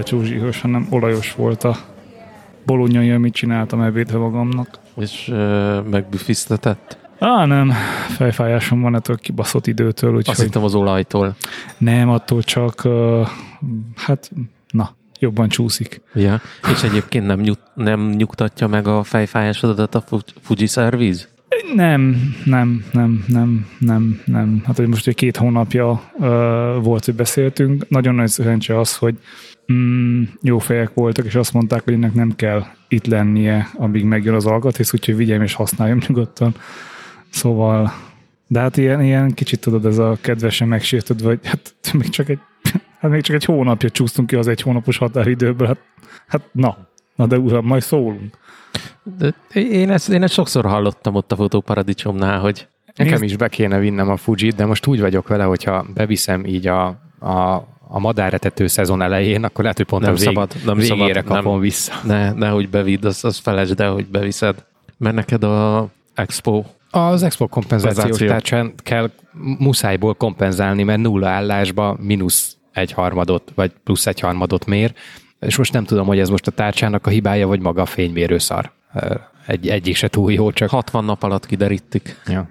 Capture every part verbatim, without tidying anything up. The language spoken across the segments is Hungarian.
lecsó zsíros, hanem olajos volt a bolonyai, amit csináltam ebédre magamnak. És uh, megbüfisztetett? Á, nem. Fejfájásom van ettől kibaszott időtől. Úgyhogy... Azt hittem az olajtól. Nem, attól csak uh, hát, na, jobban csúszik. Ja. És egyébként nem, nyug, nem nyugtatja meg a fejfájásodat a Fuji Service? Nem, nem, nem, nem, nem, nem. Hát, hogy most egy két hónapja uh, volt, hogy beszéltünk. Nagyon nagy szerencse az, hogy mm, jó fejek voltak, és azt mondták, hogy ennek nem kell itt lennie, amíg megjön az alkatrész, úgyhogy vigyem és használjam nyugodtan. Szóval, de hát ilyen, ilyen kicsit tudod, ez a kedvesen megsértődve, vagy hát még csak egy, hát még csak egy hónapja csúsztunk ki az egy hónapos határidőből. Hát, hát na, na de uram, majd szólunk. De én, ezt, én ezt sokszor hallottam ott a Fotóparadicsomnál, hogy nekem Nézd... is be kéne vinnem a Fujit, de most úgy vagyok vele, hogyha beviszem így a, a, a madáretető szezon elején, akkor lehet, hogy pont nem a vég, szabad, nem végére szabad, kapom nem, vissza. Ne, nehogy bevidd, az, az felejtsd el, hogy beviszed. Mert neked a Expo... Az Expo kompenzációs tárcsán kell muszájból kompenzálni, mert nulla állásba mínusz egy harmadot, vagy plusz egy harmadot mér, és most nem tudom, hogy ez most a tárcsának a hibája, vagy maga a fénymérő szar. Egy, egyik se túl jó, csak... hatvan nap alatt kiderítik. Ja.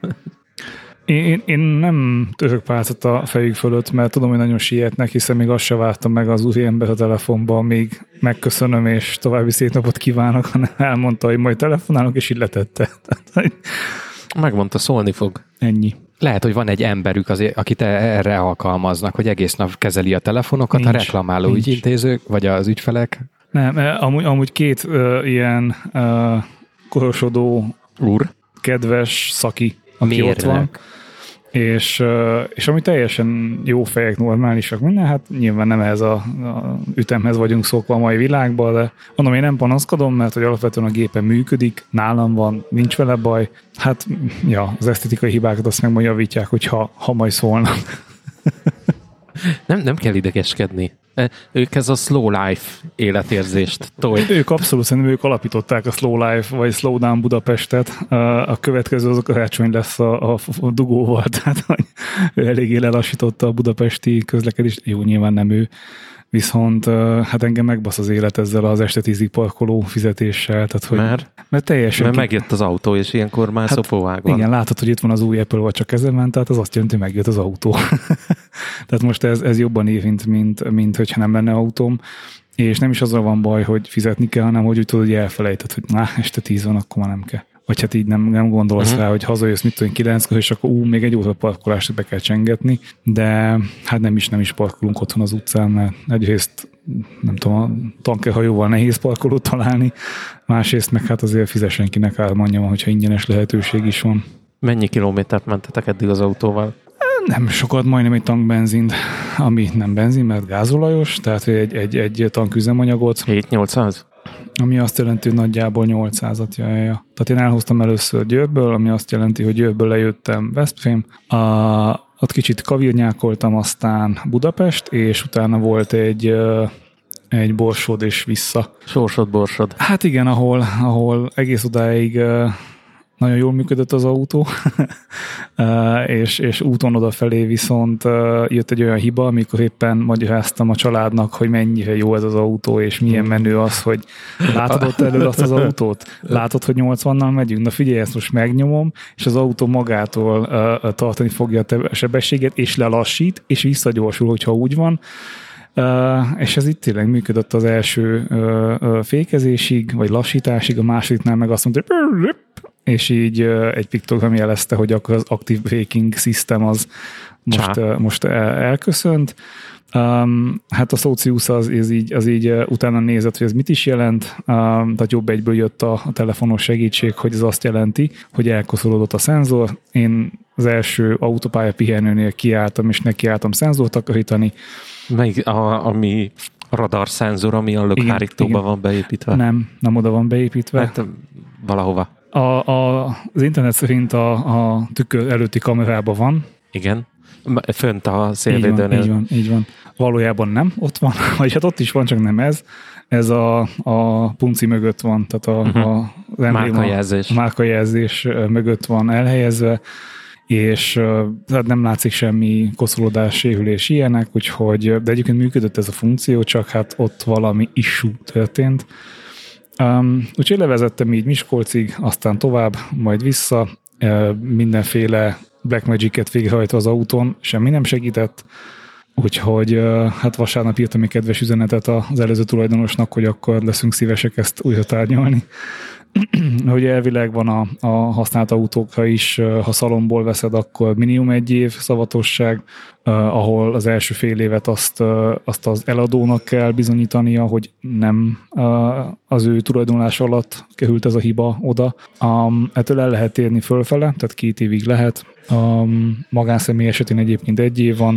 Én, én, én nem török pálcot a fejük fölött, mert tudom, hogy nagyon sietnek, hiszen még azt se vártam meg az úri ember a telefonban, még megköszönöm, és további szép napot kívánok, hanem elmondta, hogy majd telefonálok, és így letette. Megmondta, szólni fog. Ennyi. Lehet, hogy van egy emberük, azért, akit erre alkalmaznak, hogy egész nap kezeli a telefonokat, nincs, a reklamáló nincs. Ügyintézők, vagy az ügyfelek. Nem, amúgy, amúgy két uh, ilyen uh, korosodó úr, kedves szaki, aki Mérnök. Ott van. És, uh, és ami teljesen jó fejek, normálisak, minden, hát nyilván nem ehhez a, a ütemhez vagyunk szokva a mai világban, de mondom, én nem panaszkodom, mert hogy alapvetően a gépen működik, nálam van, nincs vele baj. Hát, ja, az esztetikai hibákat azt meg majd javítják, hogyha ha majd szólnak. Nem, nem kell idegeskedni. Ők ez a slow life életérzést tolj. Ők abszolút, szerintem ők alapították a Slow Life, vagy Slow Down Budapestet. A következő az a karácsony lesz a, a, a dugóval, tehát hogy ő eléggé lelassította a budapesti közlekedést. Jó, nyilván nem ő. Viszont hát engem megbasz az élet ezzel az este tízig parkoló fizetéssel. Tehát, hogy, mert? Mert teljesen... Mert ki... megjött az autó, és ilyenkor már hát, szopóvág van. Igen, látod, hogy itt van az új Apple Watch a kezemben, tehát az azt jelenti, hogy megjött az autó. Tehát most ez, ez jobban érint, mint, mint hogyha nem lenne autóm. És nem is azzal van baj, hogy fizetni kell, hanem hogy úgy tudod, hogy elfelejtett, hogy na, este tíz van, akkor már nem kell. Vagy hát így nem, nem gondolsz uh-huh. rá, hogy hazajössz, mit tudom, kilenckor, és akkor ú, még egy óra parkolást be kell csengetni, de hát nem is, nem is parkolunk otthon az utcán, mert egyrészt nem tudom, a tankerhajóval nehéz parkolót találni, másrészt meg hát azért fizessen kinek ármanyja, hogyha ingyenes lehetőség is van. Mennyi kilométert mentetek eddig az autóval? Nem sokat, majdnem egy tankbenzint, ami nem benzin, mert gázolajos, tehát egy, egy, egy tanküzemanyagot. hét-nyolcszáz? Ami azt jelenti, hogy nagyjából nyolcszázat jaja. Tehát én elhoztam először Győrből, ami azt jelenti, hogy Győrből lejöttem Veszprém. A, ott kicsit kavirnyákoltam, aztán Budapest, és utána volt egy, egy borsod és vissza. Sorsod, borsod. Hát igen, ahol, ahol egész odáig nagyon jól működött az autó, és, és úton odafelé viszont jött egy olyan hiba, amikor éppen magyaráztam a családnak, hogy mennyire jó ez az autó, és milyen menő az, hogy látod ott elől azt az autót? Látod, hogy nyolcvannal megyünk? Na figyelj, ezt most megnyomom, és az autó magától tartani fogja a sebességet, és lelassít, és visszagyorsul, hogyha úgy van. Uh, és ez itt tényleg működött az első uh, uh, fékezésig, vagy lassításig, a másodiknál meg azt mondta, hogy és így uh, egy piktogram jelezte, hogy akkor az Active Braking System az most, uh, most el, elköszönt. Um, hát a Socius az, az így, az így uh, utána nézett, hogy ez mit is jelent, um, tehát jobb egyből jött a, a telefonos segítség, hogy ez azt jelenti, hogy elkoszolódott a szenzor. Én az első autópálya pihenőnél kiálltam, és nekiálltam szenzort takarítani. Melyik, a, ami radar szenzor, ami a lökhárítóban van beépítve? Nem, nem oda van beépítve. Hát valahova. A, a, az internet szerint a, a tükör előtti kamerában van. Igen. Fönt a szélvédőnél. Így van, így van, így van. Valójában nem, ott van, vagy hát ott is van, csak nem ez. Ez a, a punci mögött van, tehát a, uh-huh. a, az márkajelzés. a márkajelzés mögött van elhelyezve, és hát nem látszik semmi koszolódás, sérülés ilyenek, úgyhogy, de egyébként működött ez a funkció, csak hát ott valami issue történt. Um, úgyhogy levezettem így Miskolcig, aztán tovább, majd vissza, uh, mindenféle Blackmagic-et végrehajtva az autón, semmi nem segített, úgyhogy uh, hát vasárnap írtam egy kedves üzenetet az előző tulajdonosnak, hogy akkor leszünk szívesek ezt újra tárgyalni. Hogy elvileg van a, a használt autókra is, ha szalomból veszed, akkor minimum egy év szavatosság, uh, ahol az első fél évet azt, uh, azt az eladónak kell bizonyítania, hogy nem uh, az ő tulajdonlás alatt került ez a hiba oda. Um, ettől el lehet térni fölfele, tehát két évig lehet. Um, magánszemély esetén egyébként egy év van.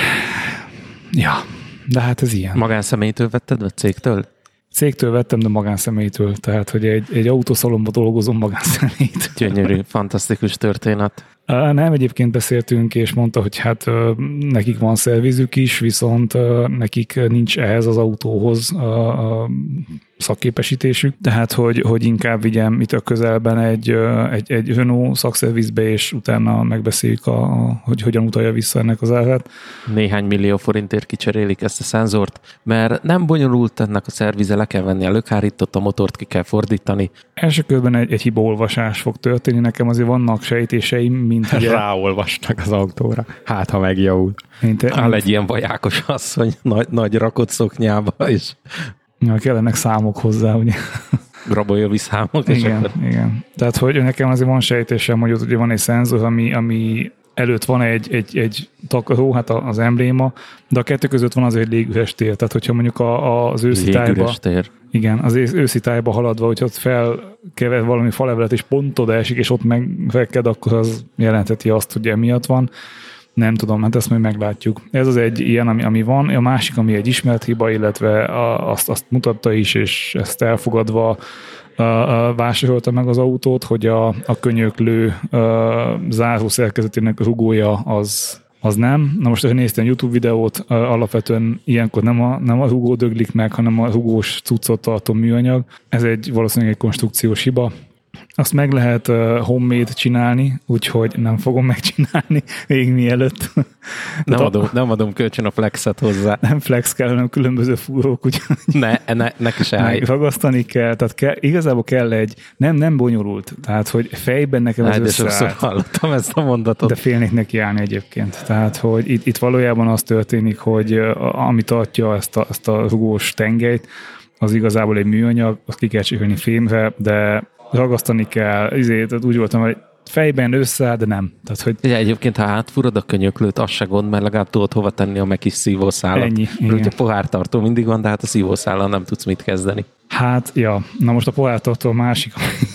Ja, de hát ez ilyen. Magánszemélytől vetted, vagy cégtől? Cégtől vettem, de magánszemélytől. Tehát, hogy egy, egy autószalomba dolgozom magánszemélyt. Gyönyörű, fantasztikus történet. Nem, egyébként beszéltünk, és mondta, hogy hát nekik van szervizük is, viszont nekik nincs ehhez az autóhoz a szakképesítésük, tehát hogy, hogy inkább vigyem itt a közelben egy, egy, egy Renault szakszervizbe, és utána megbeszéljük, a, a, hogy hogyan utalja vissza ennek az árát. Néhány millió forintért kicserélik ezt a szenzort, mert nem bonyolult ennek a szervize, le kell venni a lökhárítót, a motort ki kell fordítani. Első körben egy, egy hibaolvasás fog történni, nekem azért vannak sejtéseim, mint ugye... Ráolvasnak az autóra, hát ha megjavul. Áll egy ilyen vajákos asszony, nagy, nagy rakott szoknyába, és... Ja, kellenek számok hozzá, ugye. Graboljovi számok. Igen, akkor... igen. Tehát, hogy nekem azért van sejtésem, hogy ott ugye van egy szenzor, ami, ami előtt van egy, egy, egy takaró, hát az embléma, de a kettő között van azért egy légüres tér. Tehát, hogyha mondjuk a, az őszi tájba... Igen, az őszi tájba haladva, hogyha ott felkever valami falevelet, és pont oda esik, és ott megveked, akkor az jelentheti azt, hogy emiatt van. Nem tudom, hát ezt majd meglátjuk. Ez az egy ilyen, ami, ami van. A másik, ami egy ismert hiba, illetve a, azt, azt mutatta is, és ezt elfogadva a, a vásárolta meg az autót, hogy a, a könyöklő a záró szerkezetének a rugója az, az nem. Na most, ha néztem YouTube videót, alapvetően ilyenkor nem a, nem a rugó döglik meg, hanem a rugós cuccot tartó műanyag. Ez egy valószínűleg egy konstrukciós hiba. Azt meg lehet uh, homemade csinálni, úgyhogy nem fogom megcsinálni még mielőtt. Nem adom, nem adom kölcsön a flexet hozzá. Nem flex kell, hanem különböző fúrók, úgyhogy ne, ne, neki se állj. Ragasztani kell, tehát kell, igazából kell egy, nem, nem bonyolult, tehát hogy fejben nekem ez összeállt. De sokszor hallottam ezt a mondatot. De félnék neki állni egyébként. Tehát, hogy itt, itt valójában az történik, hogy ami tartja ezt a, ezt a rugós tengelyt, az igazából egy műanyag, azt ki kell csikolni fémre, de ragasztani kell, ezért úgy voltam, hogy fejben összeáll, de nem. Tehát, hogy... Ugye, egyébként, ha átfurod a könyöklőt, az se gond, mert legalább tudod hova tenni a megis szívószálat. Ennyi. Ugye pohártartó mindig van, de hát a szívószállal nem tudsz mit kezdeni. Hát, ja. Na most a pohártartó a másik.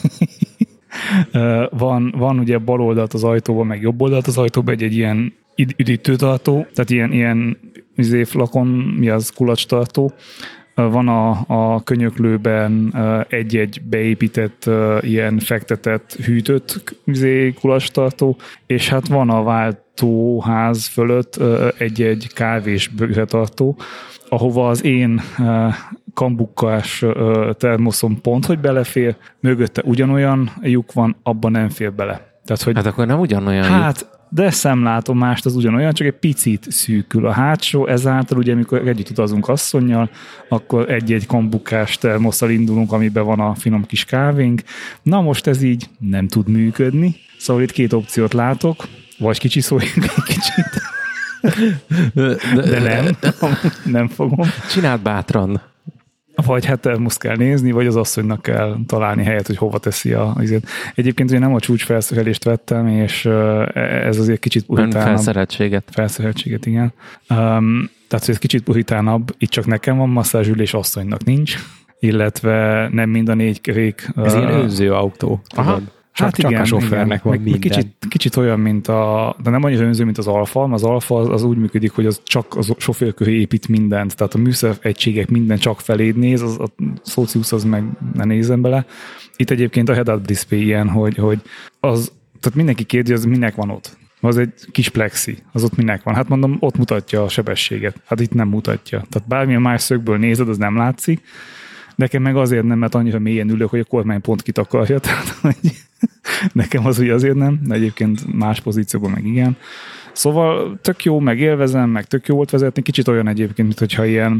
van, van ugye bal oldalt az ajtóban, meg jobb oldalt az ajtóban egy, egy ilyen üdítőtartó, tehát ilyen, ilyen üzéflakon, mi az, kulacstartó. Van a, a könyöklőben egy-egy beépített, ilyen fektetett, hűtött kulacsttartó, és hát van a váltóház fölött egy-egy kávés bőrhetartó, ahova az én kambukkás termoszom pont, hogy belefér, mögötte ugyanolyan lyuk van, abban nem fér bele. Tehát, hogy, hát akkor nem ugyanolyan hát, lyuk. De szemlátomást az ugyanolyan, csak egy picit szűkül a hátsó, ezáltal ugye, amikor együtt utazunk asszonnyal, akkor egy-egy kambukkás termosszal indulunk, amiben van a finom kis kávénk. Na most ez így nem tud működni, szóval itt két opciót látok, vagy kicsiszoljunk egy kicsit. De nem, nem fogom. Csináld bátran. Vagy hát termoszt kell nézni, vagy az asszonynak kell találni helyet, hogy hova teszi a azért. Egyébként ugye nem a csúcsfelszerelést vettem, és ez azért kicsit puhitánabb. Felszereltséget. Felszereltséget, igen. Um, tehát, hogy ez kicsit puhitánabb, itt csak nekem van masszázsülés, asszonynak nincs, illetve nem mind a négy kerék. Ez uh, ilyen önző autó. Aha. Csak, hát csak igen, a sofőrnek igen. van Meg, minden. Kicsit, kicsit olyan, mint a, de nem annyira önző, mint az Alfa, az Alfa az, az úgy működik, hogy az csak a sofőr köré épít mindent, tehát a műszer egységek minden csak feléd néz, az, a Socius az meg ne nézzen bele. Itt egyébként a head-up display ilyen, hogy, hogy az, tehát mindenki kérdezi, az minek van ott. Az egy kis plexi, az ott minek van. Hát mondom, ott mutatja a sebességet. Hát itt nem mutatja. Tehát bármilyen más szögből nézed, az nem látszik. Nekem meg azért nem, mert annyira mélyen ülök, hogy a kormány pont kitakarja, tehát hogy nekem az ugye azért nem, de egyébként más pozícióban meg igen. Szóval tök jó, meg élvezem, meg tök jó volt vezetni, kicsit olyan egyébként, mint hogyha ilyen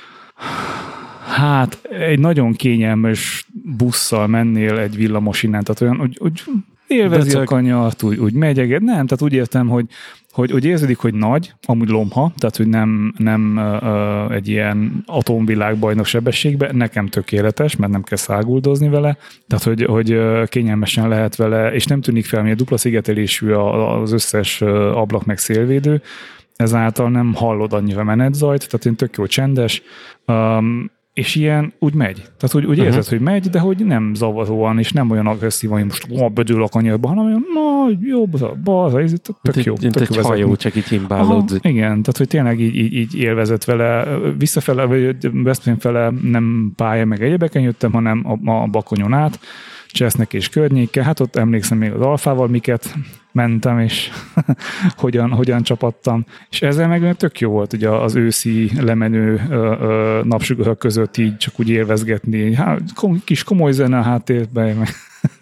hát egy nagyon kényelmes busszal mennél egy villamos innen, tehát olyan, hogy, hogy élvezi a kanyart, úgy, úgy megy, nem, tehát úgy értem, hogy, hogy, hogy érződik, hogy nagy, amúgy lomha, tehát hogy nem, nem uh, egy ilyen atomvilágbajnok sebességben, nekem tökéletes, mert nem kell száguldozni vele, tehát hogy, hogy uh, kényelmesen lehet vele, és nem tűnik fel, hogy a dupla szigetelésű az összes uh, ablak meg szélvédő, ezáltal nem hallod annyira menetzajt, tehát én tök jó csendes, um, és ilyen úgy megy. Tehát úgy, úgy uh-huh. érzed, hogy megy, de hogy nem zavaróan, és nem olyan agresszívan, hogy most ó, bödül a kanyarba, hanem olyan, na, jobb, balra, ez tök jó. Mint egy hajó, csak így himbálódzik. Igen, tehát hogy tényleg így, így, így élvezett vele. Visszafele, vagy Veszprém fele nem pálya meg egyebeken jöttem, hanem a, a Bakonyon át, Csesznek és környéke. Hát ott emlékszem még az Alfával, miket mentem, és hogyan, hogyan csapattam. És ezzel meg tök jó volt ugye az őszi lemenő napsugarak között így csak úgy élvezgetni. Hát, kis komoly zene a háttérben, meg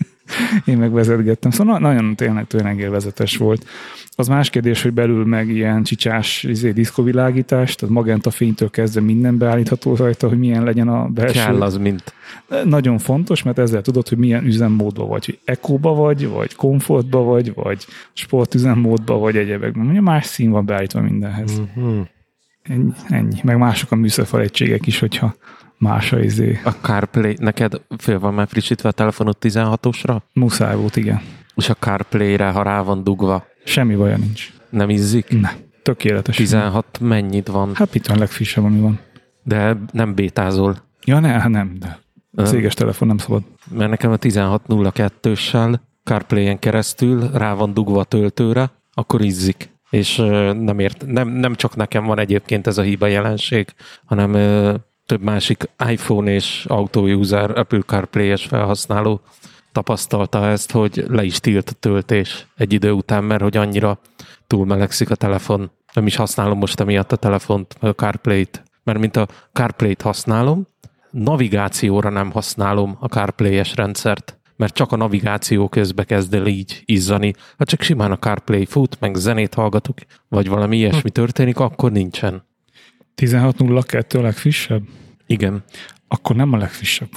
én meg vezetgettem. Szóval nagyon tényleg, tényleg élvezetes volt. Az más kérdés, hogy belül meg ilyen csicsás izé, diszkovilágítás, tehát magenta fénytől kezdve minden beállítható rajta, hogy milyen legyen a belső. Kell az mint. Nagyon fontos, mert ezzel tudod, hogy milyen üzemmódban vagy, hogy ekóba vagy, vagy komfortba vagy, vagy sportüzemmódban, vagy egyebekben. Mondja, más szín van beállítva mindenhez. Mm-hmm. Ennyi, ennyi. Meg mások a műszerfal egységek is, hogyha más a izé. A CarPlay, neked föl van már frissítve a telefonod tizenhatosra? Muszáj volt, igen. És a CarPlay-re, ha rá van dugva? Semmi baja nincs. Nem izzik? Ne, tökéletes. tizenhat mennyit van? Hát itt van a legfrissebb, ami van. De nem bétázol? Ja, ne, nem, de a céges telefon nem szabad. Mert nekem a tizenhat nulla kettőssel CarPlay-en keresztül rá van dugva a töltőre, akkor izzik. És nem, ért, nem, nem csak nekem van egyébként ez a hiba jelenség, hanem több másik iPhone és auto-user, Apple CarPlay-es felhasználó tapasztalta ezt, hogy le is tilt a töltés egy idő után, mert hogy annyira túlmelegszik a telefon. Nem is használom most emiatt a telefont, a CarPlay-t. Mert mint a CarPlay-t használom, navigációra nem használom a CarPlay-es rendszert, mert csak a navigáció közben kezd el így izzani. Ha csak simán a CarPlay fut, meg zenét hallgatok, vagy valami ilyesmi történik, akkor nincsen. tizenhat nulla kettő a legfrissebb? Igen. Akkor nem a legfrissebb.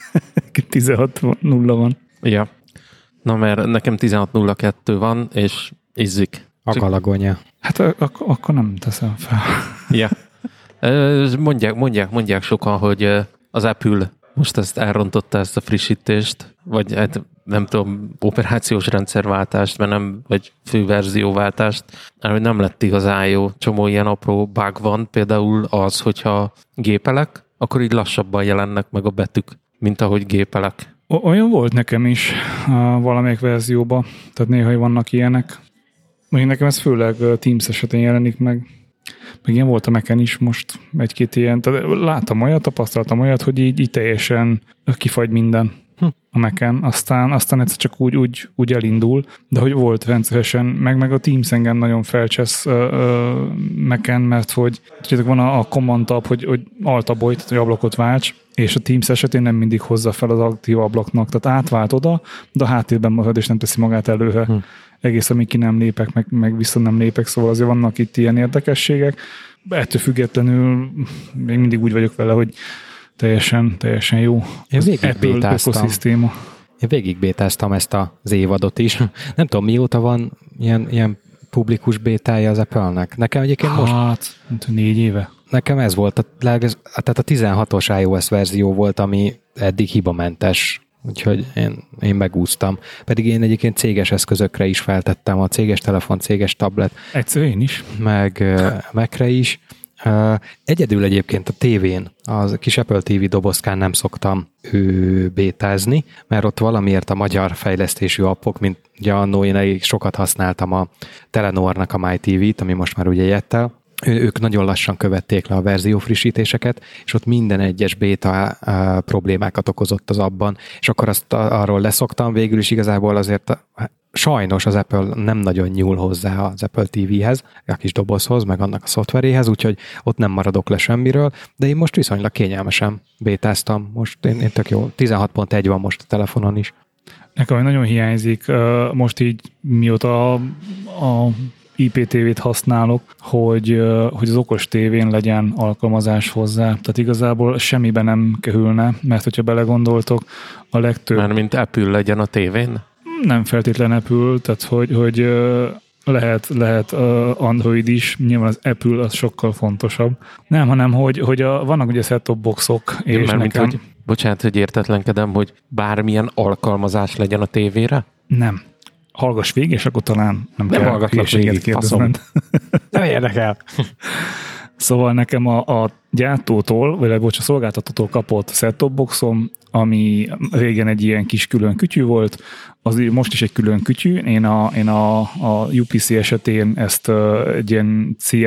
tizenhat nulla van. Ja. Na, mert nekem tizenhat nulla kettő van, és izzik. A galagonya. Hát ak- akkor nem teszem fel. Ja. Mondják, mondják, mondják sokan, hogy az Apple most ezt elrontotta, ezt a frissítést, vagy hát nem tudom, operációs rendszerváltást, mert nem, vagy főverzióváltást, hogy nem lett igazán jó. Csomó ilyen apró bug van, például az, hogyha gépelek, akkor így lassabban jelennek meg a betűk, mint ahogy gépelek. Olyan volt nekem is uh, valamelyik verzióban, tehát néha vannak ilyenek. Mondjuk nekem ez főleg Teams esetén jelenik meg. Meg ilyen volt a Mac-en is most egy-két ilyen. Tehát láttam olyat, tapasztaltam olyat, hogy így, így teljesen kifagy minden hm. a Mac-en. Aztán, aztán egyszer csak úgy, úgy, úgy elindul, de hogy volt rendszeresen, meg, meg a Teams engem nagyon felcsesz uh, uh, Mac-en, mert hogy tudjátok, van a, a Command Tab, hogy, hogy Alt-Tab, hogy ablakot válts, és a Teams esetén nem mindig hozza fel az aktív ablaknak. Tehát átvált oda, de a háttérben marad, és nem teszi magát előre. Hm. Egész, amíg ki nem lépek, meg, meg vissza nem lépek, szóval azért vannak itt ilyen érdekességek. Ettől függetlenül még mindig úgy vagyok vele, hogy teljesen, teljesen jó Én az Apple ökoszisztéma. Én végigbétáztam ezt az évadot is. Nem tudom, mióta van ilyen, ilyen publikus bétája az Apple-nek. Nekem egyébként most... Hát, négy éve. Nekem ez volt, a, tehát a tizenhatos iOS verzió volt, ami eddig hibamentes. Úgyhogy én, én megúsztam. Pedig én egyébként céges eszközökre is feltettem, a céges telefon, céges tablet. Egyszer én is. Meg uh, Mac-re is. Uh, egyedül egyébként a tévén, az kis Apple té vé dobozkán nem szoktam ő bétázni, mert ott valamiért a magyar fejlesztésű appok, mint ugye annó én elég sokat használtam a Telenornak a MyTV-t, ami most már ugye Jettel, ők nagyon lassan követték le a verziófrissítéseket, és ott minden egyes béta problémákat okozott az abban, és akkor azt arról leszoktam végül is igazából azért sajnos az Apple nem nagyon nyúl hozzá az Apple té véhez, a kis dobozhoz, meg annak a szoftveréhez, úgyhogy ott nem maradok le semmiről, de én most viszonylag kényelmesen bétáztam. Most én, én tök jó. tizenhat pont egy van most a telefonon is. Nekem nagyon hiányzik, most így mióta a, a i pé té vét használok, hogy, hogy az okos tévén legyen alkalmazás hozzá. Tehát igazából semmiben nem kerülne, mert hogyha belegondoltok, a legtöbb... Mármint Apple legyen a tévén? Nem feltétlen Apple, tehát hogy, hogy lehet, lehet Android is, nyilván az Apple az sokkal fontosabb. Nem, hanem hogy, hogy a, vannak ugye set-top boxok, és nekem... Mint, hogy, bocsánat, hogy értetlenkedem, hogy bármilyen alkalmazás legyen a tévére? Nem. Hallgass végig, és akkor talán nem, nem kell hallgatlak végig, faszom. Nem érdekel. Szóval nekem a, a gyártótól, vagy bocs, a szolgáltatótól kapott set-top boxom, ami régen egy ilyen kis külön kütyű volt, az most is egy külön kütyű. Én a, én a, a u pé cé esetén ezt uh, egy ilyen cé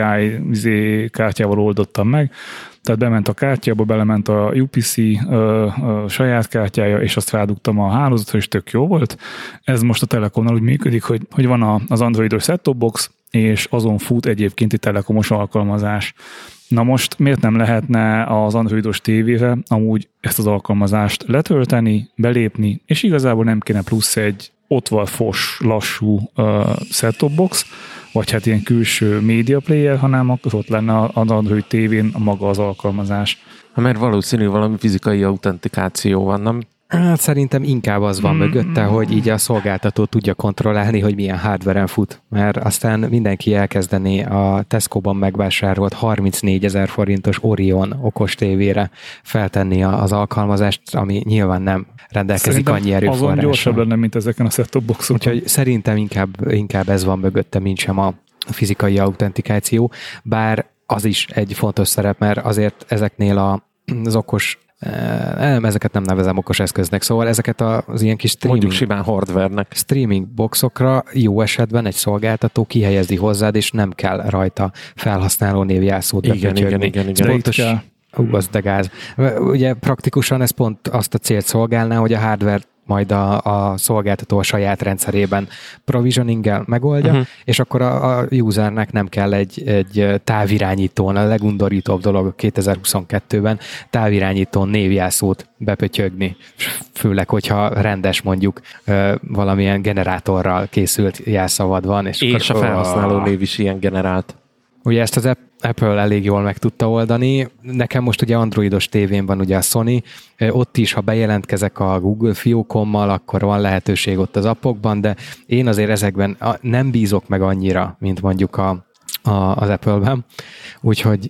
i kártyával oldottam meg, tehát bement a kártyába, belement a u pé cé uh, uh, saját kártyája, és azt rádugtam a hálózatra, és tök jó volt. Ez most a Telekomnál úgy működik, hogy, hogy van a, az Androidos set-top box, és azon fut egyébként egy telekomos alkalmazás. Na most miért nem lehetne az androidos tévére amúgy ezt az alkalmazást letölteni, belépni, és igazából nem kéne plusz egy ott van fos, lassú uh, set-top box, vagy hát ilyen külső media player, hanem akkor ott lenne az Android tévén maga az alkalmazás. Mert valószínű valami fizikai autentikáció van, nem? Hát szerintem inkább az van mm. mögötte, hogy így a szolgáltató tudja kontrollálni, hogy milyen hardveren fut, mert aztán mindenki elkezdené a Tesco-ban megvásárolt harmincnégyezer forintos Orion okos tévére feltenni az alkalmazást, ami nyilván nem rendelkezik szerintem annyi erőforrással. Azon gyorsabb lenne, mint ezeken a set-top boxokon. Úgyhogy szerintem inkább, inkább ez van mögötte, mint sem a fizikai autentikáció, bár az is egy fontos szerep, mert azért ezeknél a, az okos Nem, ezeket nem nevezem okos eszköznek, szóval ezeket az ilyen kis streaming, mondjuk simán hardvernek. Streaming boxokra jó esetben egy szolgáltató kihelyezi hozzád, és nem kell rajta felhasználó névjelszót igen, igen, igen, igen. Pontos, ú, az de gáz. Ugye praktikusan ez pont azt a célt szolgálná, hogy a hardware majd a, a szolgáltató a saját rendszerében provisioninggel megoldja, uh-huh. és akkor a, a usernek nem kell egy, egy távirányítón, a legundorítóbb dolog kétezer-huszonkettőben távirányítón névjelszót bepötyögni, főleg, hogyha rendes mondjuk valamilyen generátorral készült jelszavad van. És, és akkor, a felhasználó név is ilyen generált. Ugye ezt az Apple elég jól meg tudta oldani. Nekem most ugye androidos tévén van ugye a Sony, ott is, ha bejelentkezek a Google fiókommal, akkor van lehetőség ott az appokban, de én azért ezekben nem bízok meg annyira, mint mondjuk a, a, az Apple-ben. Úgyhogy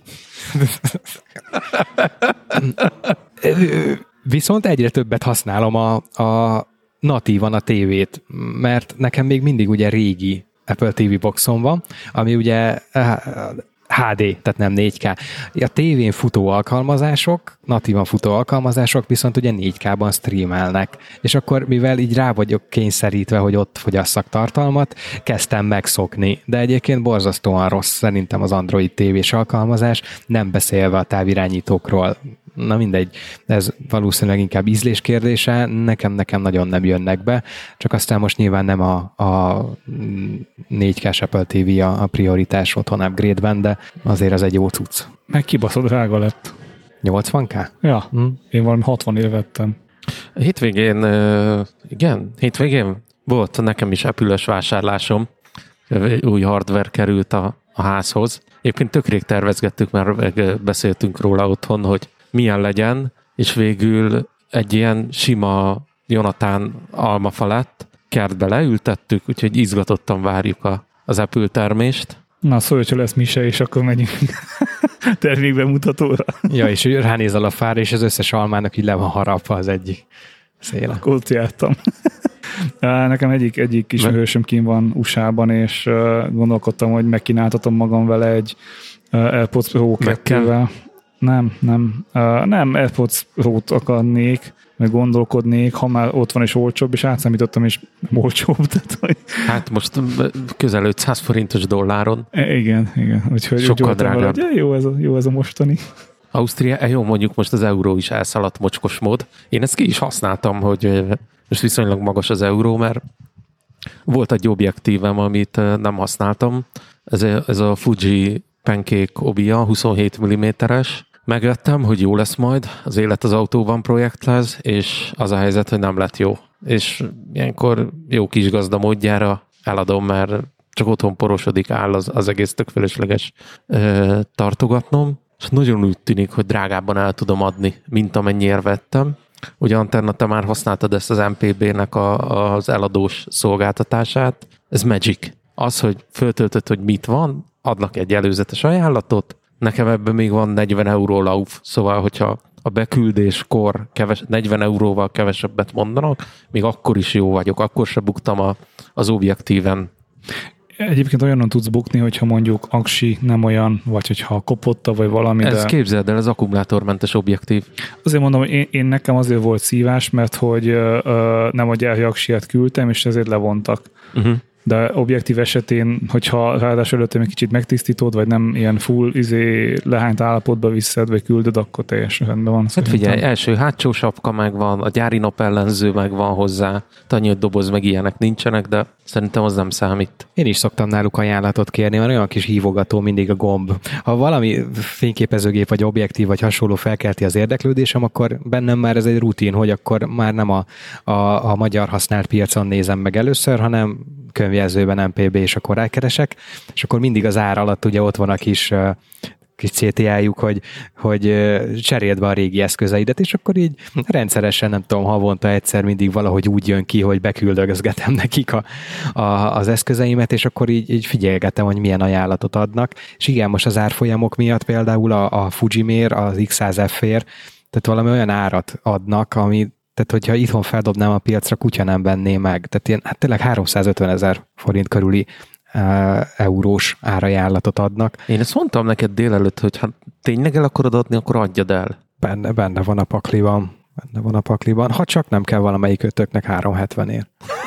viszont egyre többet használom a, a natívan a tévét, mert nekem még mindig ugye régi Apple té vé boxon van, ami ugye há dé, tehát nem négy ká. A tévén futó alkalmazások, natívan futó alkalmazások viszont ugye négy ká-ban streamelnek. És akkor, mivel így rá vagyok kényszerítve, hogy ott fogyasszak tartalmat, kezdtem megszokni. De egyébként borzasztóan rossz szerintem az Android tévés alkalmazás, nem beszélve a távirányítókról. Na mindegy, ez valószínűleg inkább ízlés kérdése, nekem, nekem nagyon nem jönnek be, csak aztán most nyilván nem a, a négy ká-s Apple té vé a, a prioritás otthon upgrade-ben, de azért az egy jó cucc. Meg kibaszott drága lett. nyolcvan ká? Ja, hm. Én valami hatvan év vettem. Hétvégén, igen, hétvégén volt nekem is Apple-ös vásárlásom, új hardware került a, a házhoz. Éppen tök rég tervezgettük, mert beszéltünk róla otthon, hogy milyen legyen, és végül egy ilyen sima Jonathan almafa lett, kertbe leültettük, úgyhogy izgatottan várjuk a, az Apple termést. Na, szólj, hogyha lesz mise, és akkor megyünk termékbemutatóra. Ja, és ránézel a fára, és az összes almának így le van harapva az egyik széle. Akkor ott jártam. Nekem egyik, egyik kis hősöm kín van u es á-ban, és gondolkodtam, hogy megkínáltatom magam vele egy AirPods Pro kettővel. Nem, nem. Nem, AirPods Pro-t akarnék, meg gondolkodnék, ha már ott van és olcsóbb, és átszámítottam, és olcsóbb. Tehát, hogy... Hát most közel ötszáz forintos dolláron. E, igen, igen. Úgyhogy sokkal drágább. Valahogy, jó, ez a, jó ez a mostani. Ausztria, jó, mondjuk most az euró is elszaladt mocskos mód. Én ezt ki is használtam, hogy most viszonylag magas az euró, mert volt egy objektívem, amit nem használtam. Ez a, ez a Fuji Pancake Obia, huszonhét milliméteres. Megvettem, hogy jó lesz majd, az élet az autóban projekt lesz, és az a helyzet, hogy nem lett jó. És ilyenkor jó kis gazda módjára eladom, mert csak otthon porosodik, áll, az, az egész tök felesleges ö, tartogatnom. És nagyon úgy tűnik, hogy drágábban el tudom adni, mint amennyiért vettem. Ugye Antenna, te már használtad ezt az em pé bé-nek a, az eladós szolgáltatását. Ez Magic. Az, hogy föltöltött, hogy mit van, adnak egy előzetes ajánlatot, nekem ebben még van negyven euró lauf, szóval, hogyha a beküldéskor keves, negyven euróval kevesebbet mondanak, még akkor is jó vagyok, akkor se buktam a, az objektíven. Egyébként olyanon tudsz bukni, hogyha mondjuk aksi nem olyan, vagy hogyha kopotta, vagy valami. Ez de... képzeld el, ez akkumulátormentes objektív. Azért mondom, hogy én, én nekem azért volt szívás, mert hogy ö, nem a gyárhi aksiát küldtem, és ezért levontak. Uh-huh. De objektív esetén, hogyha ráadásul előtte egy kicsit megtisztítod, vagy nem ilyen full izé, lehányt állapotba viszed, vagy küldöd, akkor teljesen rendben van. Hát figyelj, első hátsó sapka megvan, a gyári napellenző megvan hozzá, tanyőt doboz meg ilyenek nincsenek, de szerintem az nem számít. Én is szoktam náluk ajánlatot kérni, mert olyan kis hívogató mindig a gomb. Ha valami fényképezőgép, vagy objektív, vagy hasonló felkelti az érdeklődésem, akkor bennem már ez egy rutin, hogy akkor már nem a, a, a magyar használt piacon nézem meg először, hanem könyvjelzőben em pé bé, és akkor rákeresek, és akkor mindig az ár alatt ugye ott van a kis, uh, kis cé té á-juk, hogy, hogy uh, cseréld be a régi eszközeidet, és akkor így rendszeresen, nem tudom, havonta egyszer mindig valahogy úgy jön ki, hogy beküldögözgetem nekik a, a, az eszközeimet, és akkor így, így figyelgetem, hogy milyen ajánlatot adnak. És igen, most az árfolyamok miatt például a, a Fujimér, az iksz száz ef-ér, tehát valami olyan árat adnak, ami tehát, hogyha itthon feldobnám a piacra, kutya nem venné meg. Tehát ilyen, hát tényleg háromszázötven ezer forint körüli uh, eurós árajánlatot adnak. Én ezt mondtam neked délelőtt, hogy ha tényleg el akarod adni, akkor adjad el. Benne, benne van a pakliban. Benne van a pakliban. Ha csak nem kell valamelyik ötöknek háromszázhetvenért.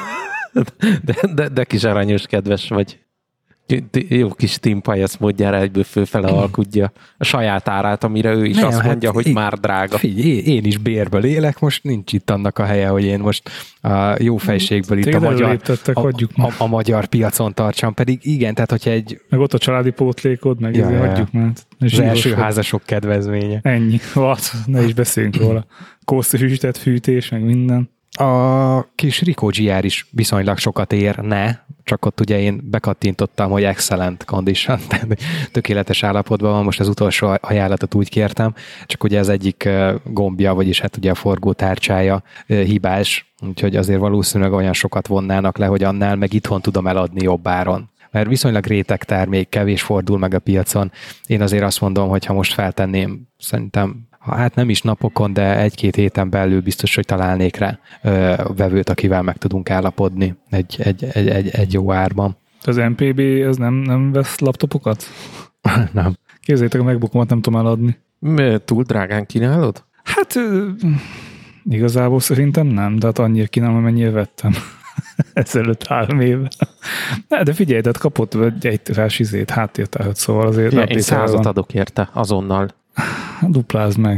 de, de, de kis aranyos, kedves vagy. Jó kis Tim Pajac módjára egyből fölfele alkudja a saját árát, amire ő is nem, azt mondja, hát hogy én, már drága. Figyelj, én is bérből élek, most nincs itt annak a helye, hogy én most a jó fejségből itt a magyar, a, a, a magyar piacon tartsam, pedig igen, tehát hogyha egy... Meg ott a családi pótlékod, meg ja, ezért hagyjuk már. Az első házasok kedvezménye. Ennyi. Vat, ne is beszéljünk róla. Kósztosütett fűtés, meg minden. A kis Ricoh gé er is viszonylag sokat ér, ne, csak ott ugye én bekattintottam, hogy excellent condition, tehát tökéletes állapotban van, most az utolsó ajánlatot úgy kértem, csak ugye az egyik gombja, vagyis hát ugye a forgótárcsája hibás, úgyhogy azért valószínűleg olyan sokat vonnának le, hogy annál meg itthon tudom eladni jobb áron. Mert viszonylag réteg termék, kevés fordul meg a piacon. Én azért azt mondom, hogy ha most feltenném, szerintem hát nem is napokon, de egy-két héten belül biztos, hogy találnék rá ö, vevőt, akivel meg tudunk állapodni egy, egy, egy, egy, egy jó árban. Az em pé bé az nem, nem vesz laptopokat? Nem. Képzeljétek, a MacBookomat nem tudom eladni. Mi, túl drágán kínálod? Hát igazából szerintem nem, de hát annyira kínálom, amennyire vettem. Ezelőtt három éve. Ne, de figyelj, tehát kapott egy egytörás izét, háttértárat, szóval azért... Ja, én százat adok érte, azonnal. Duplázd meg.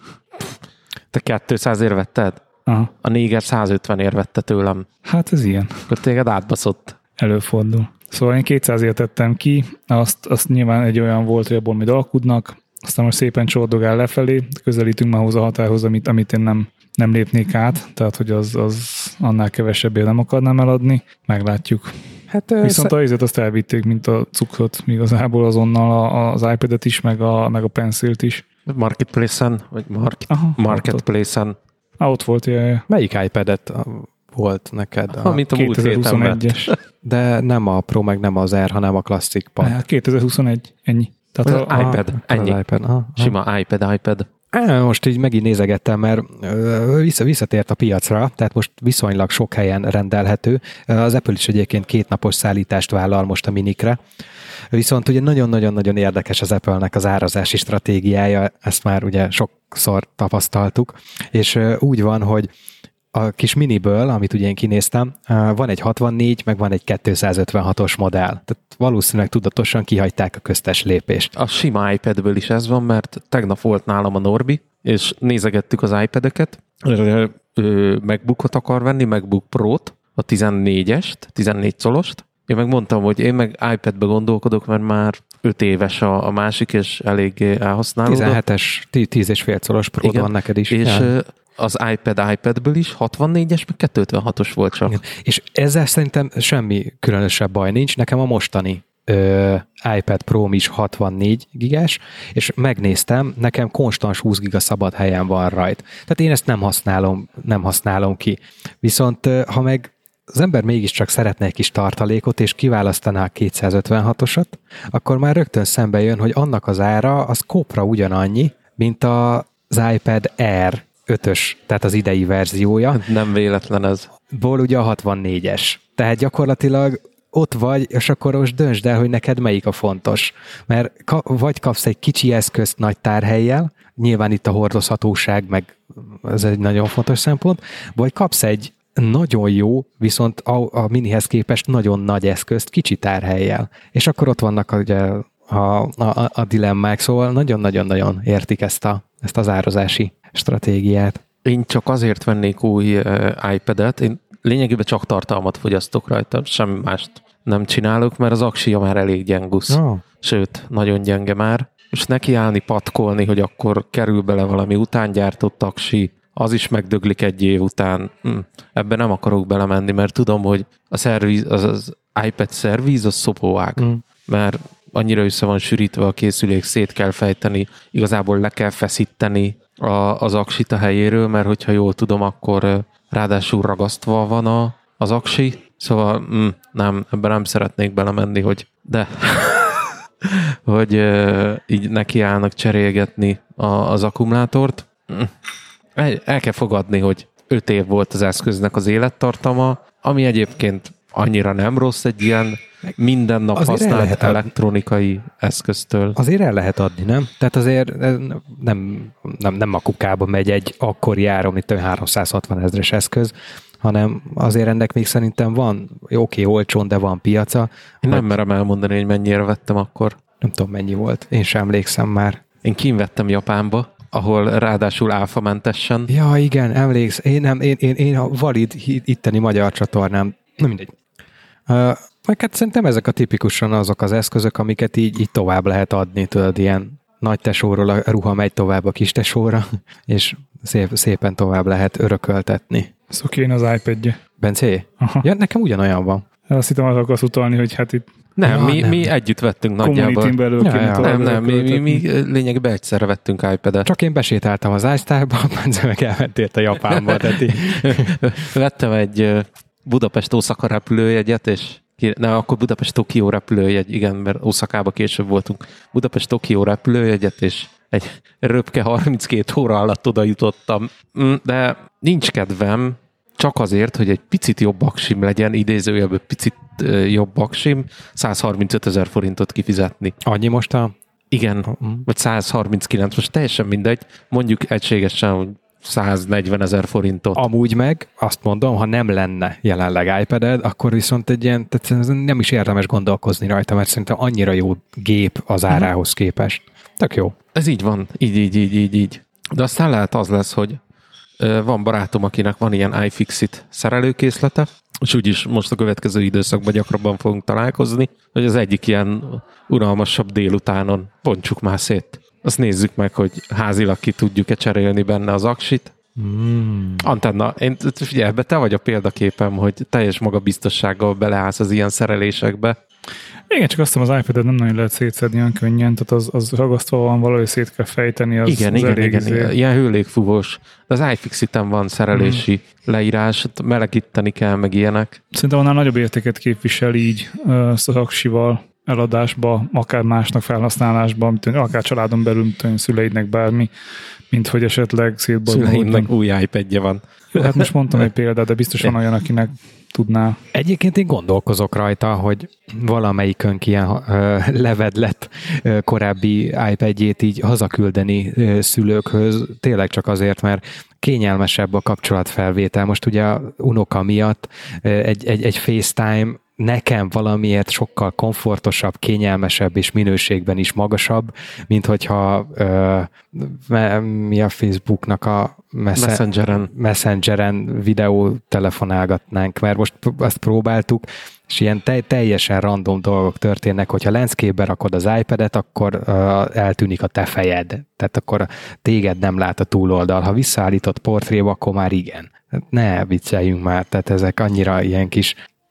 Te kétszázért vetted? Aha. A néger százötvenért vette tőlem. Hát ez ilyen. Akkor téged átbaszott. Előfordul. Szóval én kétszázért tettem ki, azt, azt nyilván egy olyan volt, hogy abból majd alkudnak, aztán most szépen csordogál lefelé, közelítünk már hozzá a határhoz, amit, amit én nem, nem lépnék át, tehát hogy az, az annál kevesebbért nem akarnám eladni, meglátjuk. Hát, viszont sz... a azt elvitték, mint a cukrot, igazából azonnal az iPad-et is, meg a, meg a Pencilt is. Marketplace-en, vagy market, Aha, Marketplace-en. Ah, ott volt, jaj. Melyik iPad-et volt neked? A, Amit a múlt héten vett. De nem a Pro, meg nem az R, hanem a Classic Pad. kétezer-huszonegy, ennyi. Tehát a, a, iPad, a, ennyi. Az iPad. Aha, Sima iPad, iPad. Most így megint nézegettem, mert vissza, visszatért a piacra, tehát most viszonylag sok helyen rendelhető. Az Apple is egyébként kétnapos szállítást vállal most a minikre. Viszont ugye nagyon-nagyon-nagyon érdekes az Apple-nek az árazási stratégiája, ezt már ugye sokszor tapasztaltuk, és úgy van, hogy a kis miniből, amit ugye én kinéztem, van egy hatvannégy, meg van egy kétszázötvenhatos modell. Tehát valószínűleg tudatosan kihagyták a köztes lépést. A sima iPadből is ez van, mert tegnap volt nálam a Norbi, és nézegettük az iPad-eket. MacBookot akar venni, MacBook Pro-t, a tizennégyest, tizennégy colost. Én meg mondtam, hogy én meg iPad-be gondolkodok, mert már öt éves a, a másik, és eléggé elhasználódott. tizenhetes, tíz és fél colos Pro van neked is. És ja. Az iPad iPadből is hatvannégyes, meg kétszázötvenhatos volt csak. Igen. És ezzel szerintem semmi különösebb baj nincs. Nekem a mostani ö, iPad Pro is hatvannégy gigás, és megnéztem, nekem konstans húsz giga szabad helyen van rajta. Tehát én ezt nem használom, nem használom ki. Viszont ha meg az ember mégiscsak szeretne egy kis tartalékot, és kiválasztaná a kétszázötvenhatosat, akkor már rögtön szembe jön, hogy annak az ára az kopra ugyanannyi, mint az iPad Air ötös, tehát az idei verziója. Nem véletlen ez. Ból ugye a hatvannégyes. Tehát gyakorlatilag ott vagy, és akkor most döntsd el, hogy neked melyik a fontos. Mert ka- vagy kapsz egy kicsi eszközt nagy tárhellyel, nyilván itt a hordozhatóság, meg ez egy nagyon fontos szempont, vagy kapsz egy nagyon jó, viszont a, a minihez képest nagyon nagy eszközt kicsi tárhellyel. És akkor ott vannak ugye a, a, a dilemmák, szóval nagyon-nagyon-nagyon értik ezt, a, ezt az árazási stratégiát. Én csak azért vennék új uh, iPad-et, én lényegében csak tartalmat fogyasztok rajta, semmi mást nem csinálok, mert az aksia már elég gyengusz. Oh. Sőt, nagyon gyenge már. És nekiállni, patkolni, hogy akkor kerül bele valami utángyártott aksi, az is megdöglik egy év után. Hm, ebben nem akarok belemenni, mert tudom, hogy a szerviz, az, az iPad szerviz, az szopóág. Mm. Mert annyira össze van sűrítve a készülék, szét kell fejteni, igazából le kell feszíteni a, az aksit a helyéről, mert hogyha jól tudom, akkor ráadásul ragasztva van a, az aksi. Szóval hm, nem, ebben nem szeretnék belemenni, hogy de... hogy uh, így nekiállnak cserélgetni a, az akkumulátort. El, el kell fogadni, hogy öt év volt az eszköznek az élettartama, ami egyébként annyira nem rossz egy ilyen minden nap azért használt elektronikai eszköztől. Azért el lehet adni, nem? Tehát azért nem, nem, nem a kukába megy egy akkori áron, mint háromszázhatvan ezres eszköz, hanem azért ennek még szerintem van, oké, okay, olcsón, de van piaca. Én nem merem elmondani, hogy mennyire vettem akkor. Nem tudom, mennyi volt. Én sem emlékszem már. Én kínvettem Japánba, ahol ráadásul áfamentesen. Ja, igen, emléksz. Én nem, én, én, én a valid itteni magyar csatornám. Nem mindegy. Uh, meg hát szerintem ezek a tipikusan azok az eszközök, amiket így, így tovább lehet adni, tudod, ilyen nagy tesóról a ruha megy tovább a kis tesóra, és szép, szépen tovább lehet örököltetni. Szokén az iPad-je. Bencé? Ja, nekem ugyanolyan van. Azt hittem, az akarsz utalni, hogy hát itt nem, ja, mi, nem. mi együtt vettünk nagyjából. Belül ja, ja. Nem, nem, mi, mi, mi lényegében egyszerre vettünk iPad-et. Csak én besétáltam az iStar-ba, Bence meg elmentél a Japánba. Vettem egy Budapest Oszaka repülőjegyet, és nem, akkor Budapest Tokió repülőjegy, igen, mert Oszakába később voltunk. Budapest Tokió repülőjegyet, és egy röpke harminckét óra alatt oda jutottam. De nincs kedvem, csak azért, hogy egy picit jobb aksim legyen, idézőjelben picit jobb aksim, száz harmincöt ezer forintot kifizetni. Annyi most a... Igen, uh-huh. vagy száz harminckilenc, most teljesen mindegy, mondjuk egységesen, hogy száz negyven ezer forintot. Amúgy meg, azt mondom, ha nem lenne jelenleg iPad-ed, akkor viszont egy ilyen, tehát nem is érdemes gondolkozni rajta, mert szerintem annyira jó gép az árához képest. Tök jó. Ez így van, így, így, így, így, így. De aztán lehet az lesz, hogy van barátom, akinek van ilyen iFixit szerelőkészlete, és úgyis most a következő időszakban gyakrabban fogunk találkozni, hogy az egyik ilyen unalmasabb délutánon bontsuk már szét. Azt nézzük meg, hogy házilag ki tudjuk-e cserélni benne az aksit. Mm. Antenna, én figyelj, ebbe te vagy a példaképem, hogy teljes magabiztossággal beleállsz az ilyen szerelésekbe. Igen, csak azt hiszem, az iPad-et nem nagyon lehet szétszedni olyan könnyen, tehát az, az ragasztva van, valahogy szét kell fejteni. Az, igen, az igen, igen, izé... igen, ilyen hőlégfúvós. De az iFixiten van szerelési mm. leírás, melegíteni kell, meg ilyenek. Szerintem annál nagyobb értéket képvisel így uh, az aksival. eladásba, akár másnak felhasználásba, akár családon belül, szüleidnek bármi, mint hogy esetleg szétbolyulni. Szüleimnek új iPadje van. Jó, hát most mondtam egy példát, de biztos van olyan, akinek tudná. Egyébként én gondolkozok rajta, hogy valamelyikünk ilyen ö, levedlett ö, korábbi iPadjét így hazaküldeni ö, szülőkhöz, tényleg csak azért, mert kényelmesebb a kapcsolatfelvétel. Most ugye a unoka miatt ö, egy, egy, egy FaceTime nekem valamiért sokkal komfortosabb, kényelmesebb és minőségben is magasabb, mint hogyha ö, mi a Facebooknak a Messen- Messengeren. Messengeren videó telefonálgatnánk, mert most azt próbáltuk, és ilyen te- teljesen random dolgok történnek, hogyha landscape-be rakod az iPad-et, akkor uh, eltűnik a te fejed. Tehát akkor téged nem lát a túloldal. Ha visszaállított portréba, akkor már igen. Ne vicceljünk már, tehát ezek annyira ilyen kis.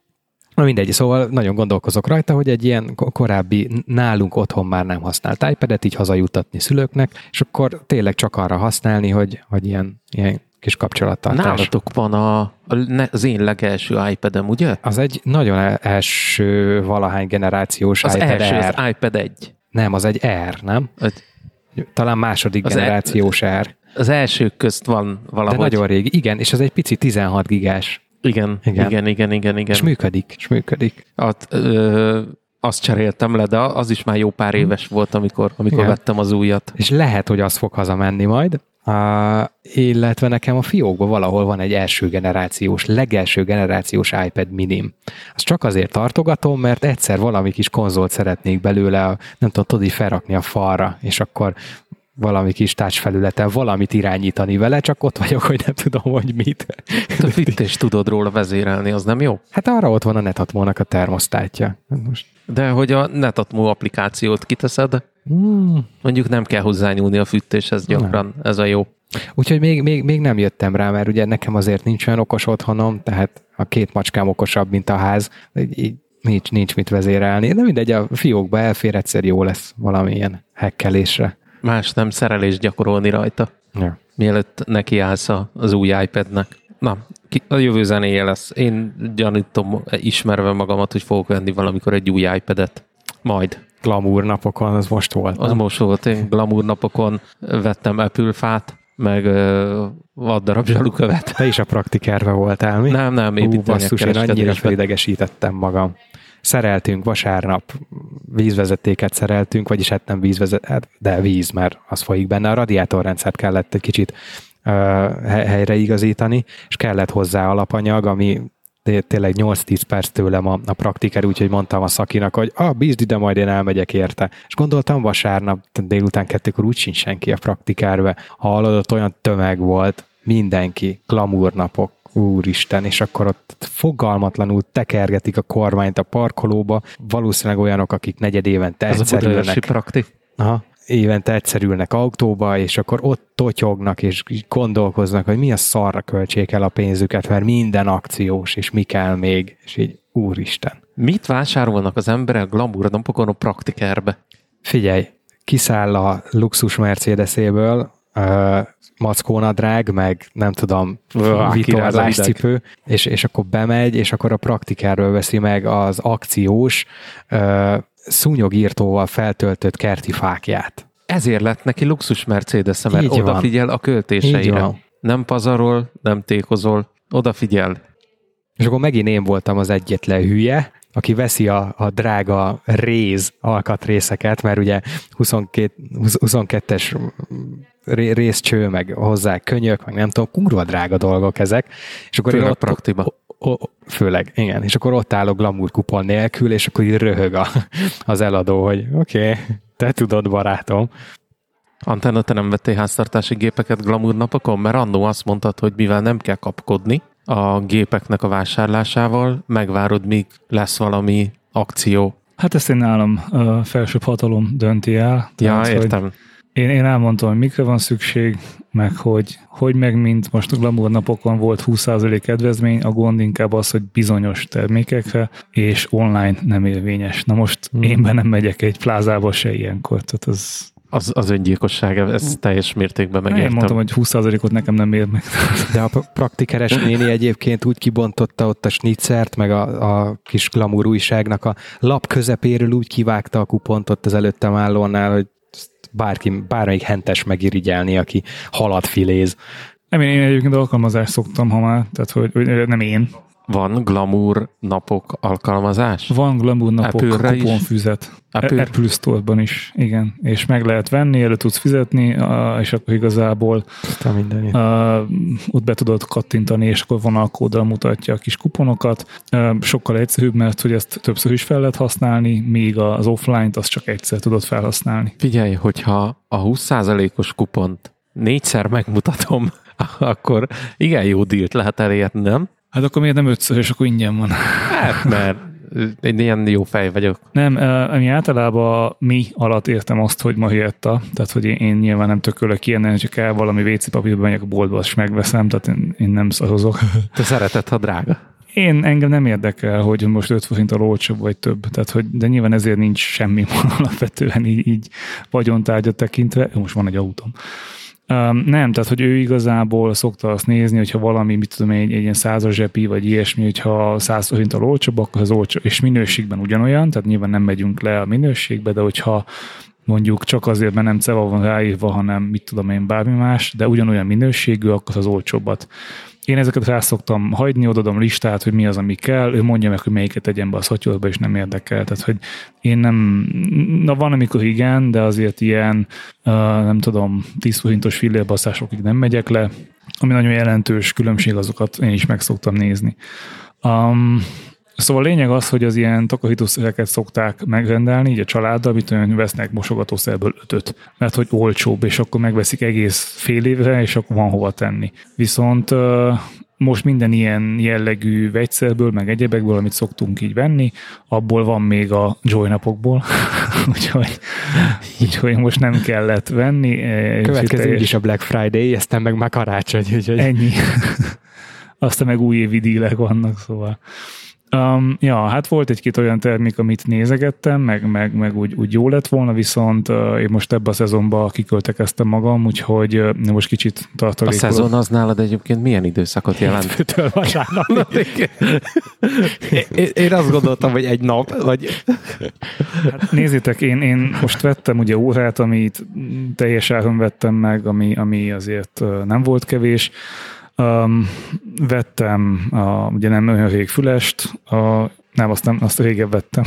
Na mindegy, szóval nagyon gondolkozok rajta, hogy egy ilyen korábbi nálunk otthon már nem használt iPad-et így hazajutatni szülőknek, és akkor tényleg csak arra használni, hogy, hogy ilyen, ilyen kis kapcsolattartás. Nálatok van a, az én legelső iPad-em, ugye? Az egy nagyon első valahány generációs az iPad első, Air. Az iPad egy. Nem, az egy Air, nem? Öt. Talán második az generációs e- Air. Az elsők közt van valahogy. De nagyon régi. Igen, és az egy pici tizenhat gigás. Igen, igen, igen, igen, igen. igen. És működik, és működik. At, ö, azt cseréltem le, de az is már jó pár éves volt, amikor, amikor vettem az újat. És lehet, hogy az fog hazamenni majd. Uh, illetve nekem a fiókban valahol van egy első generációs, legelső generációs iPad minim. Azt csak azért tartogatom, mert egyszer valami kis konzolt szeretnék belőle, nem tudom, tudod így felrakni a falra, és akkor valami kis touch felületen valamit irányítani vele, csak ott vagyok, hogy nem tudom, hogy mit. Te fittés tudod róla vezérelni, az nem jó? Hát arra ott van a Netatmo-nak a termosztátja. Most. De hogy a Netatmo applikációt kiteszed, mm. mondjuk nem kell hozzányúlni a fűtéshez gyakran, nem. Ez a jó. Úgyhogy még, még, még nem jöttem rá, mert ugye nekem azért nincs olyan okos otthonom, tehát a két macskám okosabb, mint a ház, így nincs, nincs mit vezérelni. De mindegy, a fiókba elfér, egyszer jó lesz valamilyen hekkelésre. Más nem, szerelést gyakorolni rajta. Ja. Mielőtt nekiállsz az új iPadnek. Na, a jövő zenéje lesz. Én gyanítom, ismerve magamat, hogy fogok venni valamikor egy új iPadet. Majd. Glamour napokon, az most volt. Az nem? most volt. Én glamour napokon vettem Apple fát, meg uh, vaddarab zsalukövet. Te is a praktikárba voltál, mi? Nem, nem. Ú, basszus, én annyira felidegesítettem magam. Szereltünk vasárnap, vízvezetéket szereltünk, vagyis hát nem vízvezeték, de víz, mert az folyik benne. A radiátorrendszert kellett egy kicsit uh, helyreigazítani, és kellett hozzá alapanyag, ami tényleg nyolc-tíz perc tőlem a, a praktiker, úgyhogy mondtam a szakinak, hogy ah, bízd ide, majd én elmegyek érte. És gondoltam vasárnap, délután kettőkor úgy sincs senki a praktikárbe. Ha hallod, olyan tömeg volt, mindenki, glamour napok. Úristen, és akkor ott fogalmatlanul tekergetik a kormányt a parkolóba, valószínűleg olyanok, akik negyed évente egyszer ülnek. Aha, évente egyszer ülnek autóba, és akkor ott totyognak, és gondolkoznak, hogy mi a szarra költsék el a pénzüket, mert minden akciós, és mi kell még, és így úristen. Mit vásárolnak az emberek glamour napokon a praktikerbe? Figyelj, kiszáll a luxus Mercedeséből, uh, mackónadrág, meg nem tudom, vitorláscipő, és, és akkor bemegy, és akkor a praktikárról veszi meg az akciós uh, szúnyogírtóval feltöltött kerti fákját. Ezért lett neki luxus Mercedes, mert így odafigyel van. A költéseire. Nem pazarol, nem tékozol, odafigyel. És akkor megint én voltam az egyetlen hülye, aki veszi a, a drága réz alkatrészeket, mert ugye huszonkettes részcső, meg hozzá könyök, meg nem tudom, kurva drága dolgok ezek. És akkor főleg ott, praktiba. O, o, főleg, igen. És akkor ott állok glamour kupon nélkül, és akkor így röhög a, az eladó, hogy oké, okay, te tudod, barátom. Antenna, te nem vettél háztartási gépeket glamour napokon? Mert annó azt mondtad, hogy mivel nem kell kapkodni a gépeknek a vásárlásával, megvárod, míg lesz valami akció. Hát ezt én nálam a felsőbb hatalom dönti el. Ja, tehát, értem. Én, én elmondtam, hogy mikre van szükség, meg hogy, hogy meg mint most a glamour napokon volt húsz százalék kedvezmény, a gond inkább az, hogy bizonyos termékekre, és online nem érvényes. Na most hmm. én be nem megyek egy plázába se ilyenkor, tehát az Az, az öngyilkosság, ez teljes mértékben megértem. Én mondtam, hogy húsz százalékot nekem nem ér meg. De a praktikeres néni egyébként úgy kibontotta ott a snitzert, meg a, a kis glamour újságnak a lap közepéről úgy kivágta a kupont ott az előttem állónál, hogy bárki, bármelyik hentes megirigyelni, aki halat filéz. Nem, én egyébként alkalmazást szoktam, ha már, tehát hogy, hogy nem én. Van glamour napok alkalmazás? Van glamour napok kuponfüzet. Apple? Apple Store-ban is, igen. És meg lehet venni, elő tudsz fizetni, és akkor igazából uh, ott be tudod kattintani, és akkor vonalkóddal mutatja a kis kuponokat. Uh, sokkal egyszerűbb, mert hogy ezt többször is fel lehet használni, míg az offline-t azt csak egyszer tudod felhasználni. Figyelj, hogyha a húsz százalékos kupont négyszer megmutatom, akkor igen jó dílt lehet elérni, nem? Hát akkor miért nem ötször, és akkor ingyen van? Hát, mert én ilyen jó fej vagyok. Nem, ami általában mi alatt értem azt, hogy Marietta, tehát hogy én, én nyilván nem tökölök ilyen, csak el valami vé cé papírba megyek a boltba, és megveszem, tehát én, én nem szarozok. Te szereted, ha drága? Én engem nem érdekel, hogy most öt forinttal olcsóbb vagy több, tehát hogy, de nyilván ezért nincs semmi alapvetően így, így vagyontárgyat tekintve. Most van egy autóm. Um, nem, tehát, hogy ő igazából szokta azt nézni, hogyha valami, mit tudom, egy, egy ilyen százas zsepi, vagy ilyesmi, hogyha száz forinttal olcsóbb, akkor az olcsó, és minőségben ugyanolyan, tehát nyilván nem megyünk le a minőségbe, de hogyha mondjuk csak azért, mert nem ceva van ráírva, hanem mit tudom én, bármi más, de ugyanolyan minőségű, akkor az olcsóbbat. Én ezeket rá szoktam hagyni, odadom listát, hogy mi az, ami kell, ő mondja meg, hogy melyiket tegyen be a szotyolba, és nem érdekel. Tehát, hogy én nem, na van, amikor igen, de azért ilyen, uh, nem tudom, tíz forintos fillérbaszásokig nem megyek le, ami nagyon jelentős különbség, azokat én is meg szoktam nézni. Um, Szóval a lényeg az, hogy az ilyen takarítószereket szokták megrendelni, így a családdal, mit olyan vesznek mosogatószerből ötöt, mert hogy olcsóbb, és akkor megveszik egész fél évre, és akkor van hova tenni. Viszont most minden ilyen jellegű vegyszerből, meg egyebekből, amit szoktunk így venni, abból van még a Joy napokból, úgyhogy, úgyhogy most nem kellett venni. Következő is a Black Friday, aztán meg már karácsony. Úgyhogy... Ennyi. Aztán meg újévi dílek vannak, szóval. Um, ja, hát volt egy-két olyan termék, amit nézegettem, meg, meg, meg úgy, úgy jó lett volna, viszont uh, én most ebben a szezonban kiköltekeztem magam, úgyhogy uh, most kicsit tartalékolok. A szezon az nálad egyébként milyen időszakot jelent? Hétfőtől vasárnapig. én, én azt gondoltam, hogy egy nap, vagy... Hát nézzétek, én, én most vettem ugye órát, amit teljes áron vettem meg, ami, ami azért uh, nem volt kevés. Um, vettem a, ugye nem olyan rég fülest, a, nem, azt, nem, azt régebb vettem.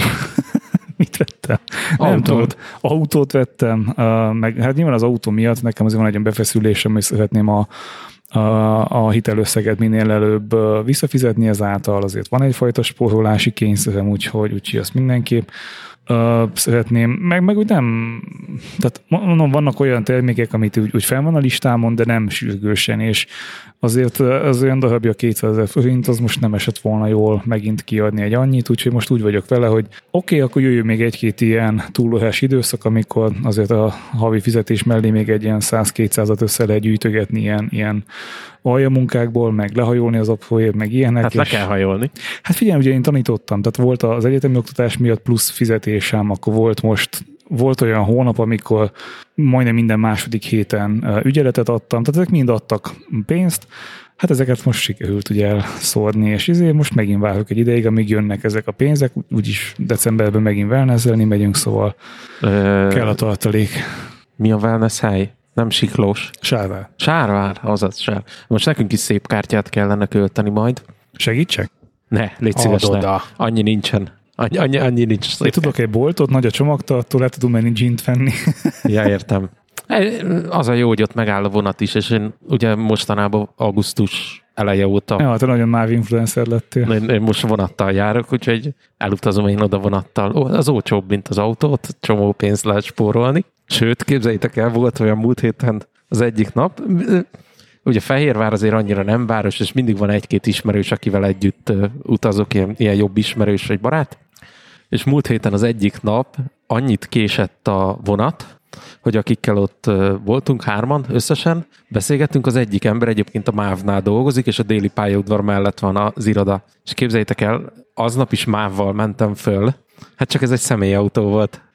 Mit vettem? Autót. Nem tudod. Autót vettem, uh, meg hát nyilván az autó miatt nekem azért van egy olyan befeszülésem, hogy szeretném a, a, a hitelösszeget minél előbb uh, visszafizetni, ezáltal azért van egyfajta spórolási kényszerem, úgyhogy, úgyhogy azt mindenképp Uh, szeretném, meg, meg úgy nem, tehát mondom, vannak olyan termékek, amit úgy, úgy fel van a listámon, de nem sürgősen, és azért az olyan darabja kétszázezer forint, az most nem esett volna jól megint kiadni egy annyit, úgyhogy most úgy vagyok vele, hogy oké, okay, akkor jöjjön még egy-két ilyen túlórás időszak, amikor azért a havi fizetés mellé még egy ilyen száz-kétszázat össze lehet gyűjtögetni ilyen, ilyen aljamunkákból, meg lehajolni az apróért, meg ilyenek. Hát le kell hajolni. Hát figyelj, ugye én tanítottam, tehát volt az egyetemi oktatás miatt plusz fizetésem, akkor volt most, volt olyan hónap, amikor majdnem minden második héten ügyeletet adtam, tehát ezek mind adtak pénzt, hát ezeket most sikerült ugye elszórni, és izé most megint várok egy ideig, amíg jönnek ezek a pénzek, úgyis decemberben megint wellnesselni megyünk, szóval Ö... kell a tartalék. Mi a wellness hely? Nem Siklós. Sárvár. Sárvár, azaz Sár. Most nekünk is szép kártyát kellene költeni majd. Segítsek? Ne, légy szíves, ne. Annyi nincsen. Annyi, annyi, annyi nincs szép. Tudok egy boltot, nagy a csomagtartó, le tudunk menni gint venni. Ja, értem. Az a jó, hogy ott megáll a vonat is, és én ugye mostanában augusztus eleje óta... Ja, te nagyon máv influencer lettél. Én, én most vonattal járok, úgyhogy elutazom én oda vonattal. Az olcsóbb, mint az autót, csomó pénzt lehet spórolni. Sőt, képzeljétek el, volt olyan múlt héten az egyik nap. Ugye Fehérvár azért annyira nem város, és mindig van egy-két ismerős, akivel együtt utazok, ilyen, ilyen jobb ismerős vagy barát. És múlt héten az egyik nap annyit késett a vonat, hogy akikkel ott voltunk hárman összesen, beszélgettünk, az egyik ember egyébként a mávnál dolgozik, és a déli pályaudvar mellett van az iroda. És képzeljétek el, aznap is mávval mentem föl, hát csak ez egy személyautó volt.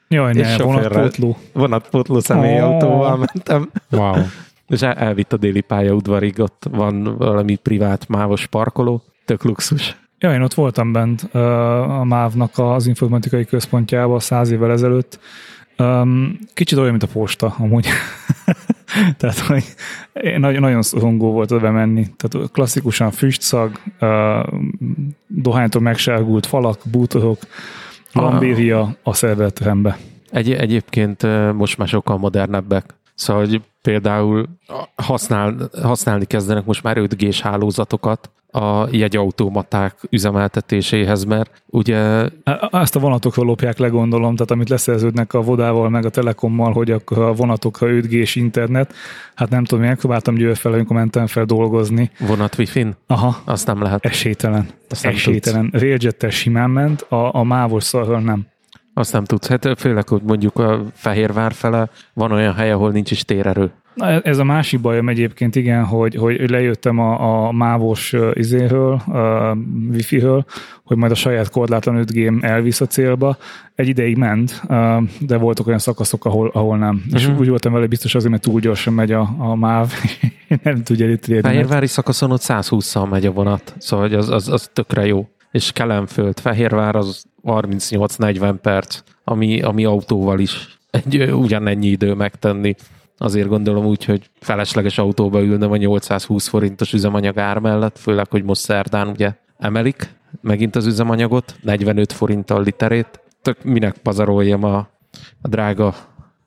Jaj, ne, vonatpótló. Vonatpótló személyautóval oh. mentem. Wow. És el, elvitt a déli pályaudvarig, ott van valami privát mávos parkoló, tök luxus. Ja, én ott voltam bent a mávnak az informatikai központjában száz évvel ezelőtt. Kicsit olyan, mint a posta, amúgy. Tehát, hogy nagyon, nagyon szorongó volt oda bemenni. Tehát klasszikusan füstszag, dohánytól megsárgult falak, bútorok, lambéria a szerverterembe. Egy, egyébként most már sokkal modernebbek. Szóval, hogy például használ, használni kezdenek most már öt gés hálózatokat a jegyautomaták üzemeltetéséhez, mert ugye... Ezt a vonatokról lopják le, gondolom, tehát amit leszerződnek a Vodával meg a Telekommal, hogy akkor a vonatokra öt gés internet, hát nem tudom, megpróbáltam Győr fel, amikor mentem fel dolgozni. Vonat Wi-Fi-n? Aha. Azt nem lehet. Esélytelen. Esélytelen. Railjet-tel simán ment, a, a mávos szarral nem. Azt nem tudsz. Hát főleg, hogy mondjuk a Fehérvár fele van olyan hely, ahol nincs is térerő. Na, ez a másik bajom egyébként, igen, hogy, hogy lejöttem a, a mávos uh, izéről, uh, wifi-ről, hogy majd a saját korlátlan öt gém elvisz a célba. Egy ideig ment, uh, de voltak olyan szakaszok, ahol, ahol nem. Uh-huh. És úgy voltam vele biztos azért, mert túl gyorsan megy a, a máv, nem tudja elítélni. Fehérvári szakaszon ott száz hússzal megy a vonat, szóval az, az, az tökre jó. És Kelenföld, Fehérvár az harmincnyolc-negyven perc, ami, ami autóval is egy ugyanennyi idő megtenni. Azért gondolom úgy, hogy felesleges autóba ülnöm a nyolcszázhúsz forintos üzemanyag ár mellett, főleg, hogy most szerdán ugye emelik megint az üzemanyagot, negyvenöt forinttal literét. Tök minek pazaroljam a, a drága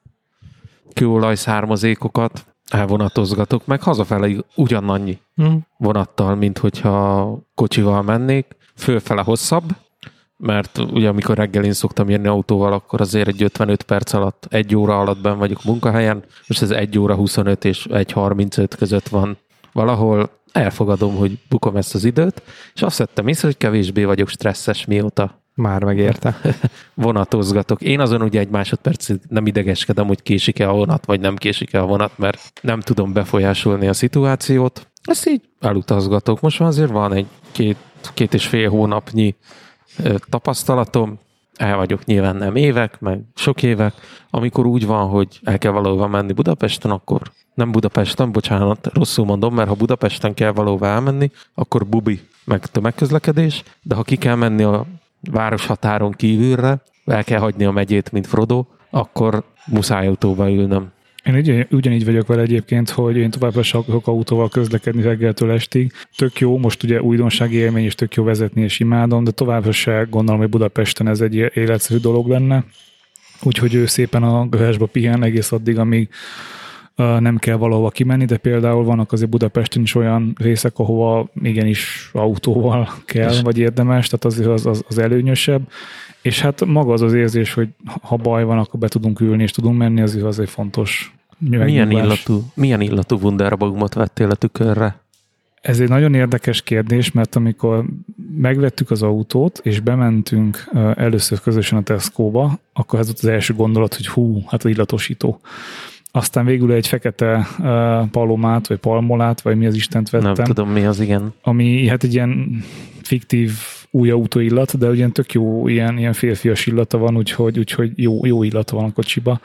kőolaj származékokat, elvonatozgatok, meg hazafele ugyanannyi hmm. vonattal, mint hogyha kocsival mennék. Fölfele hosszabb, mert ugye amikor reggelin szoktam jönni autóval, akkor azért egy ötvenöt perc alatt, egy óra alatt benn vagyok munkahelyen, most ez egy óra huszonöt és egy harmincöt között van valahol. Elfogadom, hogy bukom ezt az időt, és azt vettem észre, hogy kevésbé vagyok stresszes, mióta már megérte. vonatozgatok. Én azon ugye egy másodpercig nem idegeskedem, hogy késik-e a vonat, vagy nem késik-e a vonat, mert nem tudom befolyásolni a szituációt. Ezt így elutazgatok. Most már azért van egy két, két és fél hónapnyi tapasztalatom, el vagyok nyilván nem évek, meg sok évek. Amikor úgy van, hogy el kell valahova menni Budapesten, akkor nem Budapesten, bocsánat, rosszul mondom, mert ha Budapesten kell valahova elmenni, akkor bubi, meg tömegközlekedés, de ha ki kell menni a városhatáron kívülre, el kell hagyni a megyét, mint Frodo, akkor muszáj autóba ülnöm. Én ugyan, ugyanígy vagyok vele egyébként, hogy én továbbra sok autóval közlekedni reggeltől estig. Tök jó, most ugye újdonsági élmény, és tök jó vezetni, és imádom, de továbbra se gondolom, hogy Budapesten ez egy életszerű dolog lenne. Úgyhogy ő szépen a garázsba pihen egész addig, amíg uh, nem kell valahova kimenni, de például vannak azért Budapesten is olyan részek, ahova igenis autóval kell, és vagy érdemes, tehát azért az, az, az előnyösebb. És hát maga az az érzés, hogy ha baj van, akkor be tudunk ülni, és tudunk menni, azért azért fontos. Milyen illatú, milyen illatú Wunderbagumot vettél a tükörre? Ez egy nagyon érdekes kérdés, mert amikor megvettük az autót, és bementünk először közösen a Tesco-ba, akkor ez volt az első gondolat, hogy hú, hát az illatosító. Aztán végül egy fekete palomát, vagy palmolát, vagy mi az Istent vettem. Nem tudom, mi az, igen. Ami hát egy ilyen fiktív új autóillat, de ugyan tök jó ilyen, ilyen férfias illata van, úgyhogy, úgyhogy jó, jó illata van a kocsiba.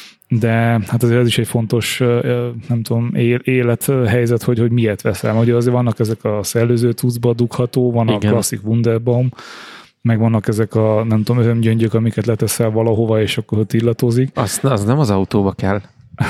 De hát azért ez is egy fontos, nem tudom, élethelyzet, hogy, hogy miért veszel. Ugye azért vannak ezek a szellőző tucba dugható, van igen. A klasszik Wunderbaum, meg vannak ezek a, nem tudom, örömgyöngyök, amiket leteszel valahova, és akkor ott illatozik. Az, az nem az autóba kell.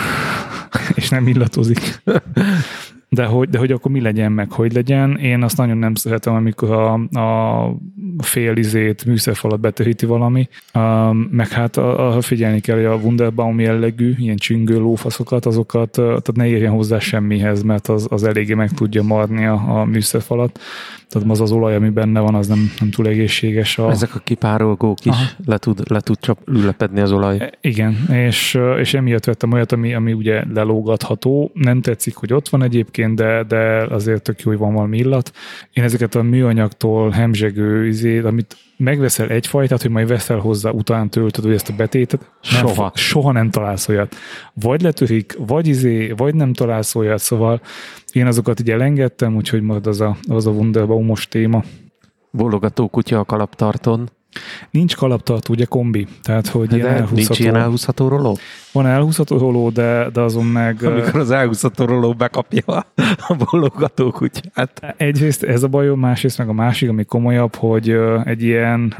És nem illatozik. De hogy, de hogy akkor mi legyen meg, hogy legyen. Én azt nagyon nem szeretem, amikor a, a fél izét, műszerfalat betöríti valami. Um, meg hát a, a figyelni kell, hogy a Wunderbaum jellegű, ilyen csüngő lófaszokat, azokat, tehát ne érjen hozzá semmihez, mert az, az eléggé meg tudja marni a, a műszerfalat. Tehát az az olaj, ami benne van, az nem, nem túl egészséges. A... Ezek a kipárolgók is le tud, le tud csak ülepedni az olaj. Igen, és, és emiatt vettem olyat, ami, ami ugye lelógatható. Nem tetszik, hogy ott van egyébként, de, de azért tök jó, hogy van valami illat. Én ezeket a műanyagtól hemzsegő izét, amit megveszel egyfajtát, hogy majd veszel hozzá, utána töltöd, hogy ezt a betétet. Soha. Nem, soha nem találsz olyat. Vagy letörik, vagy izé, vagy nem találsz olyat, szóval én azokat így elengedtem, úgyhogy majd az a, az a Wunderbaumos téma. Bólogató kutya a kalaptarton. Nincs kalaptartó, ugye kombi, tehát hogy de ilyen elhúzható. Nincs ilyen elhúzható roló? Van elhúzható roló, de, de azon meg... Amikor az elhúzható roló bekapja a bologató kutyát. Egyrészt ez a bajom, másrészt meg a másik, ami komolyabb, hogy egy ilyen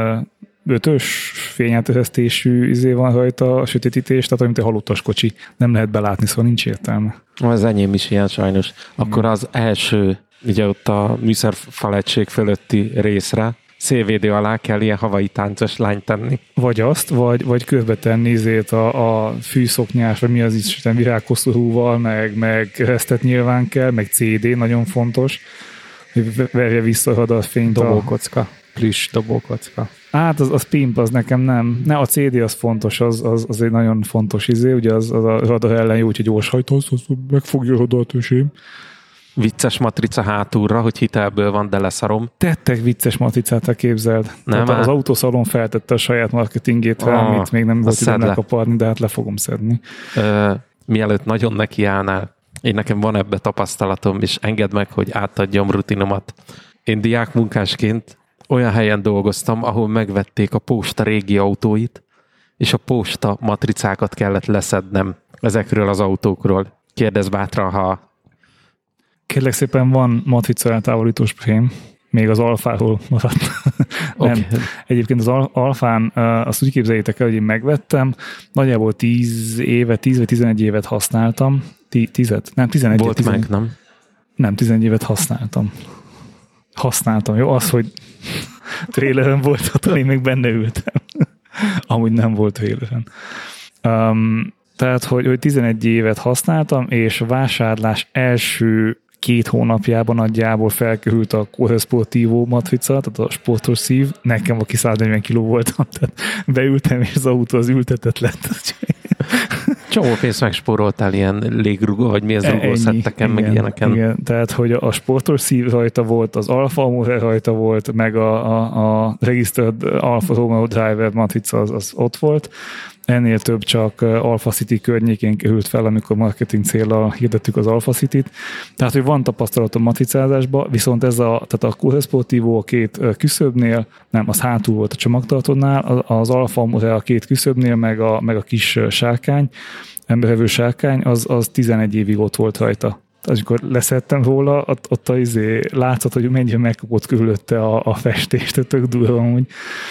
ötös fényáteresztésű izé van rajta a sötétítés, tehát olyan, mint egy halottas kocsi. Nem lehet belátni, szóval nincs értelme. Az enyém is ilyen sajnos. Akkor az első, ugye ott a műszerfalegység fölötti részre szélvédő alá kell ilyen havai táncos lányt tenni. Vagy azt, vagy, vagy körbe tenni izét a, a fűszoknyás, vagy mi az is, virágkoszorúval, meg, meg keresztet nyilván kell, meg cé dé, nagyon fontos, hogy verje vissza a radarfényt. Dobókocka. Plüss dobókocka. Hát az, az pimp, az nekem nem. Ne, a cé dé az fontos, az, az, az egy nagyon fontos izé, ugye az, az a radar ellen jó, hogy gyors hajtasz, az megfogja a radart, ösém. Vicces matrica hátulra, hogy hitelből van, de leszarom. Tettek vicces matricát, ha képzeld. Nem, az autószalon feltette a saját marketingét rá, oh, amit még nem volt időm lekaparni, de hát le fogom szedni. Ö, mielőtt nagyon nekiállnál, én nekem van ebbe tapasztalatom, és engedd meg, hogy átadjam rutinomat. Én diákmunkásként olyan helyen dolgoztam, ahol megvették a posta régi autóit, és a posta matricákat kellett leszednem ezekről az autókról. Kérdezz bátran, ha... Kérlek szépen, van matrica eltávolítós prém, még az alfáról maradt. Okay. Nem. Egyébként az alfán azt úgy képzeljétek el, hogy én megvettem, nagyjából tíz éve, tíz vagy tizenegy évet használtam. Tízet? Nem, tizenegy. Volt tizenegy. Meg, nem? Nem, tizenegy évet használtam. Használtam, jó? Az, hogy traileren volt, attól én még benne ültem. Amúgy nem volt traileren. Um, tehát, hogy, hogy tizenegy évet használtam, és a vásárlás első két hónapjában nagyjából felkerült a Core Sportivo matrica, tehát a sportos szív. Nekem, aki száznegyven kiló voltam, tehát beültem, és az autó az ültetett lett. Csomó pénzt megspóroltál ilyen légrugó, vagy mi ez rugószetteken, meg ilyeneken. Igen, tehát, hogy a sportos szív rajta volt, az Alfa Amore rajta volt, meg a, a, a Registered Alfa Romeo Driver matrica az, az ott volt. Ennél több csak Alpha City környékén került fel, amikor marketing céllal hirdettük az Alpha Cityt. Tehát, hogy van tapasztalatom matricázásban, viszont ez a, tehát a Core Sportivo a két küszöbnél, nem, az hátul volt a csomagtartónál, az Alfa Amore a két küszöbnél, meg a, meg a kis sárkány, emberevő sárkány, az, az tizenegy évig ott volt rajta. Amikor leszettem róla, ott, ott a izé, látszott, hogy mennyire megkapott körülötte a, a festést, tök durva amúgy.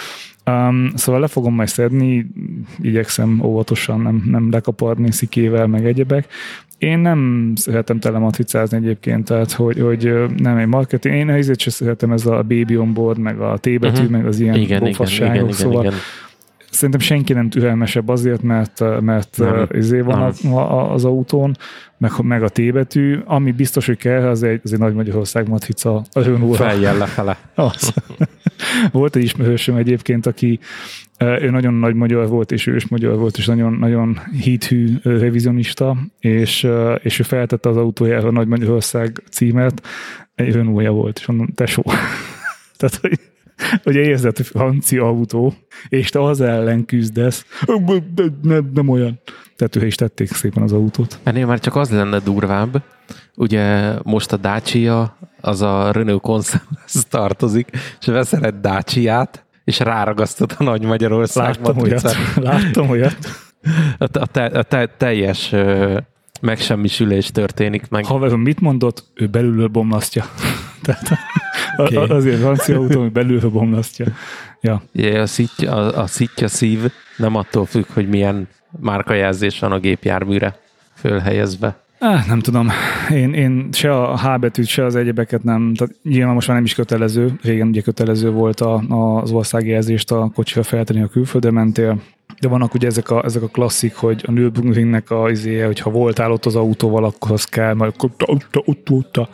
Um, szóval le fogom majd szedni, igyekszem óvatosan nem, nem lekaparni szikével, meg egyebek. Én nem szeretem telematricázni egyébként, tehát hogy, hogy nem egy marketing, én ezért sem szeretem ez a baby on board, meg a T betű, uh-huh. meg az ilyen igen, bófasságok, igen, igen, szóval igen. Szerintem senki nem türelmesebb azért, mert, mert izé van a, a, az autón, meg, meg a T betű, ami biztos, hogy kell, az egy, az egy Nagy Magyarország matrica. Feljel lefele. Az. Volt egy ismerősöm egyébként, aki ő nagyon nagy magyar volt, és ős magyar volt, és nagyon, nagyon hithű revizionista, és, és ő feltette az autójára a Nagy Magyarország címet, egy Renault-ja volt, és mondom, tesó. Tehát, hogy Ugye érzed, hogy francia autó, és te az ellen küzdesz. Nem, nem olyan. Tehát őre is tették szépen az autót. Ennél már csak az lenne durvább. Ugye most a Dacia, az a Renault Concept tartozik, és veszel egy Daciát, és ráragasztod a Nagy Magyarország Láttam olyat. Láttam olyat. A, a, te, a te, teljes uh, megsemmisülés történik meg. Haverom, mit mondott? Ő belülről bomlasztja. Tehát okay. Azért francia autó, hogy belülről bomlasztja. Ja. Yeah, a, szitja, a, a szitja szív nem attól függ, hogy milyen márkajelzés van a gépjárműre fölhelyezve. Ah, nem tudom. Én, én se a H betűt, se az egyebeket nem. Tehát nyilván most már nem is kötelező. Régen ugye kötelező volt a, a, az országjelzést a kocsira feltenni, a külföldre mentél. De vannak ugye ezek a, ezek a klasszik, hogy a Nürburgringnek a izéje, hogy ha voltál ott az autóval, akkor az kell, majd akkor ott, ott, ott, ott.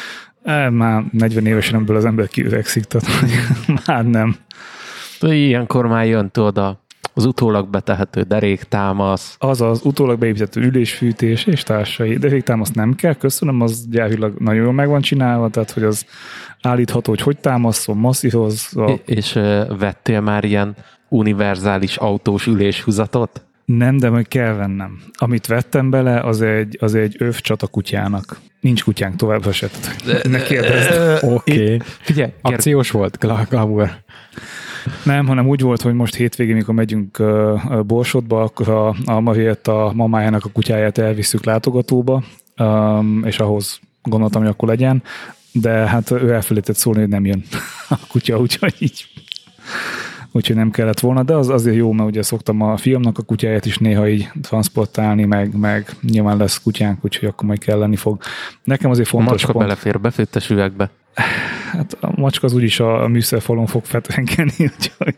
Már negyven évesen ebből az ember kiüregszik, tehát már nem. De ilyenkor már jön oda az utólag betehető deréktámasz. Az az utólag beépített ülésfűtés és társai. Deréktámasz nem kell, köszönöm, az gyárilag nagyon jól meg van csinálva, tehát hogy az állítható, hogy hogy támaszol, masszírozza. És uh, vettél már ilyen univerzális autós üléshúzatot? Nem, de majd kell vennem. Amit vettem bele, az egy, az egy övcsata kutyának. Nincs kutyánk továbbra se. Ne kérdezd. Oké. Figyelj, akciós volt, Glamour. Nem, hanem úgy volt, hogy most hétvégén, mikor megyünk uh, Borsodba, akkor a, a Mariett a mamájának a kutyáját elvisszük látogatóba, um, és ahhoz gondoltam, hogy akkor legyen, de hát ő elfelejtett szólni, hogy nem jön a kutya, úgyhogy így. Úgyhogy nem kellett volna, de az azért jó, mert ugye szoktam a fiamnak a kutyáját is néha így transportálni, meg, meg nyilván lesz kutyánk, úgyhogy akkor majd kelleni fog. Nekem azért fontos a macska pont, belefér befőttes üvegbe. Hát a macska az úgyis a, a műszerfalon fog fetrengeni, úgyhogy...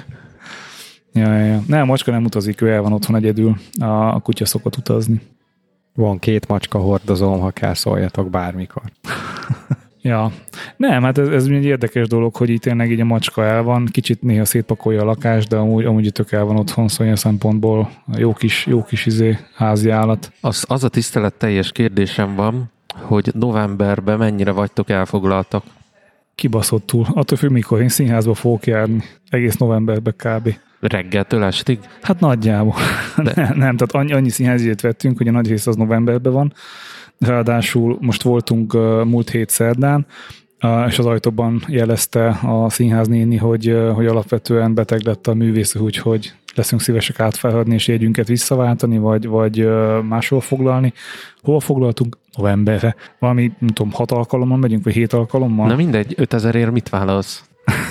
ja, ja, ja. Nem, a macska nem utazik, ő el van otthon egyedül, a, a kutya szokott utazni. Van két macska hordozóm, ha kell, szóljatok bármikor. Ja, nem, hát ez, ez egy érdekes dolog, hogy itt tényleg így a macska el van, kicsit néha szétpakolja a lakást, de amúgy, amúgy tök el van otthon, szóval ilyen szempontból jó kis, jó kis izé, házi állat. Az, az a tiszteletteljes kérdésem van, hogy novemberben mennyire vagytok elfoglaltak? Kibaszottul. Attól függ, mikor én színházba fogok járni. Egész novemberben kb. Reggeltől estig? Hát nagyjából. De... nem, nem, tehát annyi, annyi színházjegyet vettünk, hogy a nagy rész az novemberben van. Ráadásul most voltunk uh, múlt hét szerdán, uh, és az ajtóban jelezte a színház néni, hogy, uh, hogy alapvetően beteg lett a művész, úgyhogy leszünk szívesek átfelhadni és jegyünket visszaváltani, vagy, vagy uh, máshol foglalni. Hol foglaltunk? Novemberre. Valami, nem tudom, hat alkalommal megyünk, vagy hét alkalommal? Na mindegy, ötezerért mit válasz?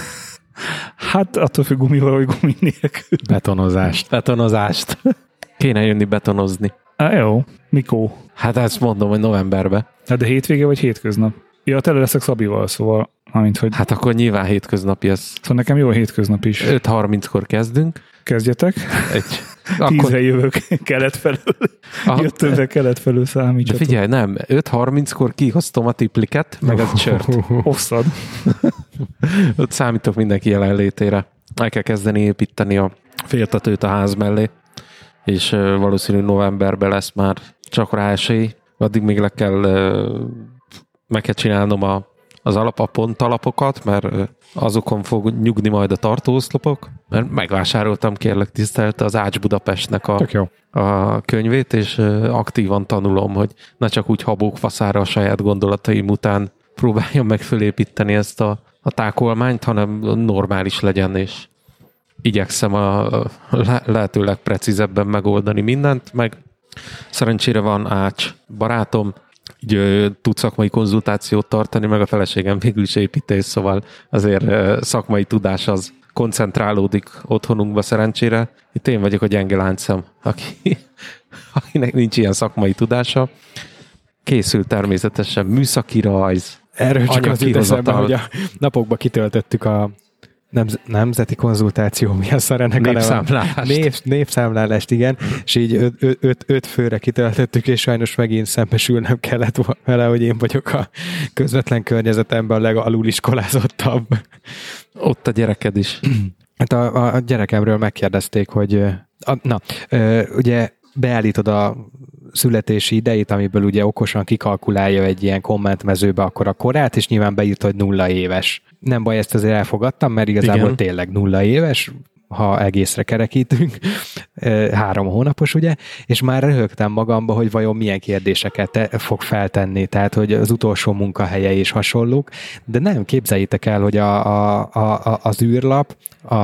Hát attól függ, gumival, vagy gumi nélkül. Betonozást. Betonozást. Kéne jönni betonozni. Á, jó. Mikor? Hát ezt mondom, hogy novemberben. Hát de hétvége vagy hétköznap? Ja, tele leszek Szabival, szóval, amint, hogy... Hát akkor nyilván hétköznapi ez. Szóval nekem jó a hétköznap is. öt harminckor kezdünk. Kezdjetek. Egy... Tízre akkor... jövök kelet felől. A... Jöttön be kelet felől számítsatok. De figyelj, nem. öt harminckor kihoztom a tipliket, meg a csört. Osszad. Ott számítok mindenki jelenlétére. El kell kezdeni építeni a féltetőt a ház mellé. És valószínű novemberben lesz már csak rá esély. Addig még le kell, meg kell csinálnom a, az alap, a pontalapokat, mert azokon fog nyugni majd a tartóoszlopok, mert megvásároltam, kérlek tisztelte, az Ács Budapestnek a, a könyvét, és aktívan tanulom, hogy ne csak úgy habókfaszára a saját gondolataim után próbáljam meg fölépíteni ezt a, a tákolmányt, hanem normális legyen, és igyekszem a lehető legprecízebben megoldani mindent, meg szerencsére van Ács barátom, így tud szakmai konzultációt tartani, meg a feleségem végül is építész, szóval azért szakmai tudás az koncentrálódik otthonunkba szerencsére. Itt én vagyok a gyenge láncszem, aki, akinek nincs ilyen szakmai tudása. Készült természetesen műszaki rajz, erről csak az jut eszembe, hogy a napokban kitöltöttük a nemz- nemzeti konzultáció, mi a szar ennek népszámlálást. A Nép, népszámlálást, igen, és így öt, öt, öt, öt főre kitöltöttük, és sajnos megint szembesülnem kellett vele, hogy én vagyok a közvetlen környezetemben a legaluliskolázottabb. Ott a gyereked is. Hát a, a gyerekemről megkérdezték, hogy a, na, ugye beállítod a születési idejét, amiből ugye okosan kikalkulálja egy ilyen kommentmezőbe akkor a korát, és nyilván beírta, hogy nulla éves. Nem baj, ezt azért elfogadtam, mert igazából igen, tényleg nulla éves, ha egészre kerekítünk, három hónapos, ugye, és már röhögtem magamba, hogy vajon milyen kérdéseket te, fog feltenni, tehát, hogy az utolsó munkahelye és hasonlók, de nem, képzeljétek el, hogy a, a, a, az űrlap, a,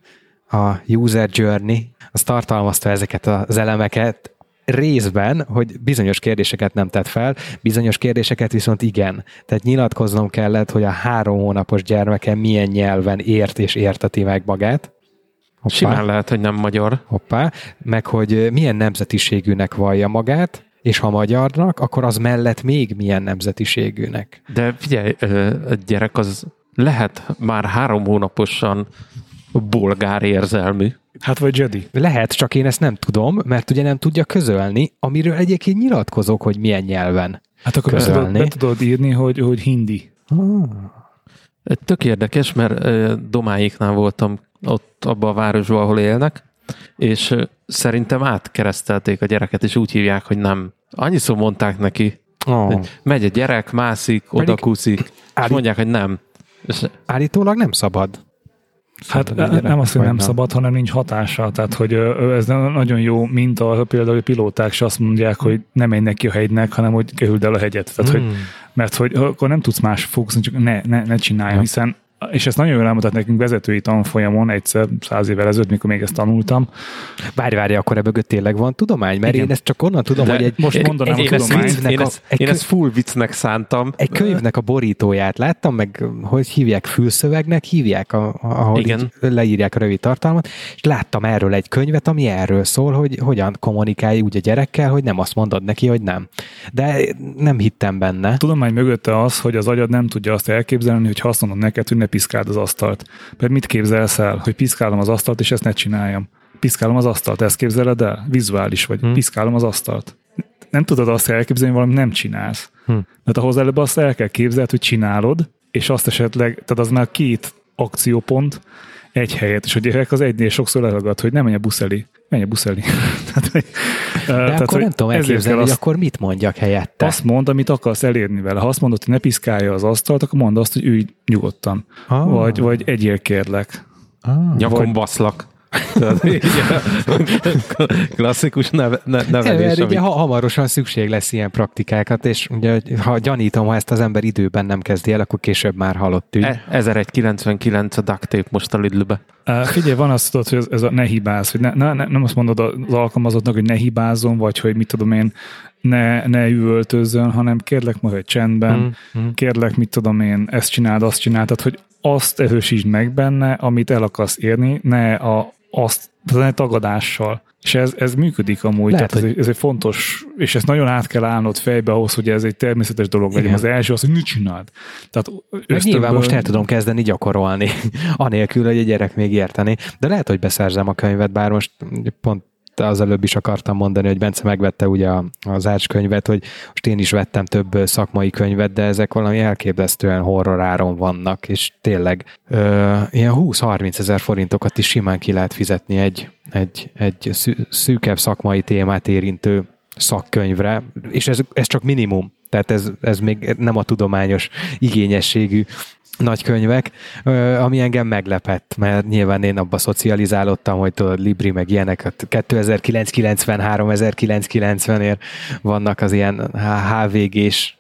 a user journey, az tartalmazta ezeket az elemeket, részben, hogy bizonyos kérdéseket nem tett fel, bizonyos kérdéseket viszont igen. Tehát nyilatkoznom kellett, hogy a három hónapos gyermekem milyen nyelven ért és érteti meg magát. Hoppá. Simán lehet, hogy nem magyar. Hoppá. Meg, hogy milyen nemzetiségűnek vallja magát, és ha magyarnak, akkor az mellett még milyen nemzetiségűnek. De figyelj, a gyerek az lehet már három hónaposan bolgár érzelmű. Hát vagy Jedi. Lehet, csak én ezt nem tudom, mert ugye nem tudja közölni, amiről egyébként nyilatkozok, hogy milyen nyelven hát akkor közölni. Be tudod, be tudod írni, hogy, hogy hindi. Ah. Tök érdekes, mert Domáiknál voltam ott abban a városban, ahol élnek, és szerintem átkeresztelték a gyereket, és úgy hívják, hogy nem. Annyiszor mondták neki, oh. hogy megy a gyerek, mászik, odakúszik, és mondják, hogy nem. És állítólag nem szabad. Hát nem azt, hogy nem szabad, hanem nincs hatása. Tehát, hogy ez nagyon jó minta, például a pilóták se azt mondják, hogy nem menj neki a hegynek, hanem hogy kerüld el a hegyet. Tehát, hmm. hogy, mert hogy akkor nem tudsz más fogni, csak ne, ne, ne csinálj, hiszen és ezt nagyon jól elmutat nekünk vezetői tanfolyamon egyszer száz évvel ezelőtt, mikor még ezt tanultam. Várj, várj, akkor ebből tényleg van tudomány? Mert igen. Én ezt csak onnan tudom, de hogy egy... Most mondanám én a tudományt. Én, ezt, a, én ezt full viccnek szántam. Egy könyvnek a borítóját láttam, meg hogy hívják, fülszövegnek hívják, a, ahol igen. leírják a rövid tartalmat, és láttam erről egy könyvet, ami erről szól, hogy hogyan kommunikálj úgy a gyerekkel, hogy nem azt mondod neki, hogy nem. De nem hittem benne. A tudomány mögötte az, hogy az agyad nem tudja azt elképzelni, hogy ha azt mondod neked, hogy ne piszkáld az asztalt. Mert mit képzelsz el? Hogy piszkálom az asztalt, és ezt ne csináljam. Piszkálom az asztalt, ezt képzeled el? Vizuális vagy. Hmm. Piszkálom az asztalt. Nem tudod azt elképzelni, hogy valami nem csinálsz. Hmm. Mert ahhoz előbb azt el kell képzelni, hogy csinálod, és azt esetleg, tehát az már két akciópont egy helyet, és a gyerek az egynél sokszor leragad, hogy nem menj a busz elé. Menj a busz elé. tehát, De tehát, akkor nem tudom elképzelni, hogy azt, akkor mit mondjak helyette? Azt mondd, amit akarsz elérni vele. Ha azt mondod, hogy ne piszkálja az asztalt, akkor mondd azt, hogy ülj nyugodtan. Ah. Vagy, vagy egyél kérlek. Ah. Nyakon baszlak. Klasszikus neve, nevelés. Ugye ha, hamarosan szükség lesz ilyen praktikákat, és ugye, ha gyanítom, ha ezt az ember időben nem kezdi el, akkor később már halott ügy. ezerszázkilencvenkilenc a duct tape most a Lidlbe. Uh, figyelj, van azt tudod, hogy ez, ez a ne hibáz, hogy ne, ne, ne, nem azt mondod az alkalmazottnak, hogy ne hibázzon, vagy hogy mit tudom én, ne, ne üvöltözzön, hanem kérlek majd, hogy csendben, mm, mm. kérlek, mit tudom én, ezt csináld, azt csináld, tehát, hogy azt erősítsd meg benne, amit el akarsz érni, ne a azt, ne tagadással. És ez, ez működik amúgy, lehet, tehát ez, hogy... ez egy fontos, és ezt nagyon át kell állnod fejbe ahhoz, hogy ez egy természetes dolog legyen. Az első az, hogy mit csináld. Tehát ösztönből... Nyilván most el tudom kezdeni gyakorolni, anélkül, hogy egy gyerek még érteni. De lehet, hogy beszerzem a könyvet, bár most pont az előbb is akartam mondani, hogy Bence megvette ugye az Ács könyvet, hogy most én is vettem több szakmai könyvet, de ezek valami elképesztően horror áron vannak, és tényleg ö, ilyen húsz-harminc ezer forintokat is simán ki lehet fizetni egy, egy, egy szűkebb szakmai témát érintő szakkönyvre, és ez, ez csak minimum, tehát ez, ez még nem a tudományos igényességű nagy könyvek, ami engem meglepett, mert nyilván én abba szocializálódtam, hogy tudod, Libri meg ilyenek, kétezer-kilenc kilencvenhárom ezerkilencszáz kilencvenért vannak az ilyen há vé gés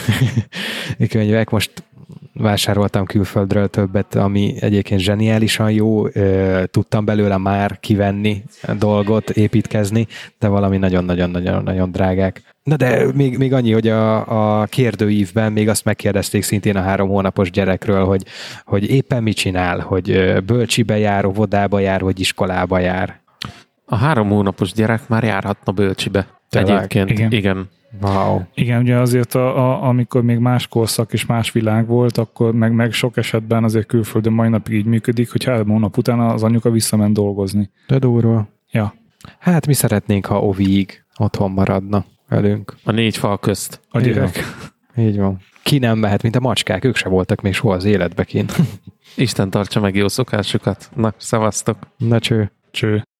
könyvek. Most vásároltam külföldről többet, ami egyébként zseniálisan jó, tudtam belőle már kivenni dolgot, építkezni, de valami nagyon-nagyon-nagyon drágák. Na de még, még annyi, hogy a, a kérdőívben még azt megkérdezték szintén a három hónapos gyerekről, hogy, hogy éppen mit csinál, hogy bölcsibe jár, óvodába jár, vagy iskolába jár. A három hónapos gyerek már járhatna bölcsibe. Egyébként, igen. igen. Wow. Igen, ugye azért a, a, amikor még más korszak és más világ volt, akkor meg, meg sok esetben azért külföldön mai napig így működik, hogy három hónap után az anyuka visszament dolgozni. De durva. Ja. Hát mi szeretnénk, ha oviig otthon maradna velünk. A négy fal közt. A gyerek. Így van. Ki nem mehet, mint a macskák, ők se voltak még soha az életbe kint. Isten tartsa meg jó szokásukat. Na, szevasztok. Na cső. Cső.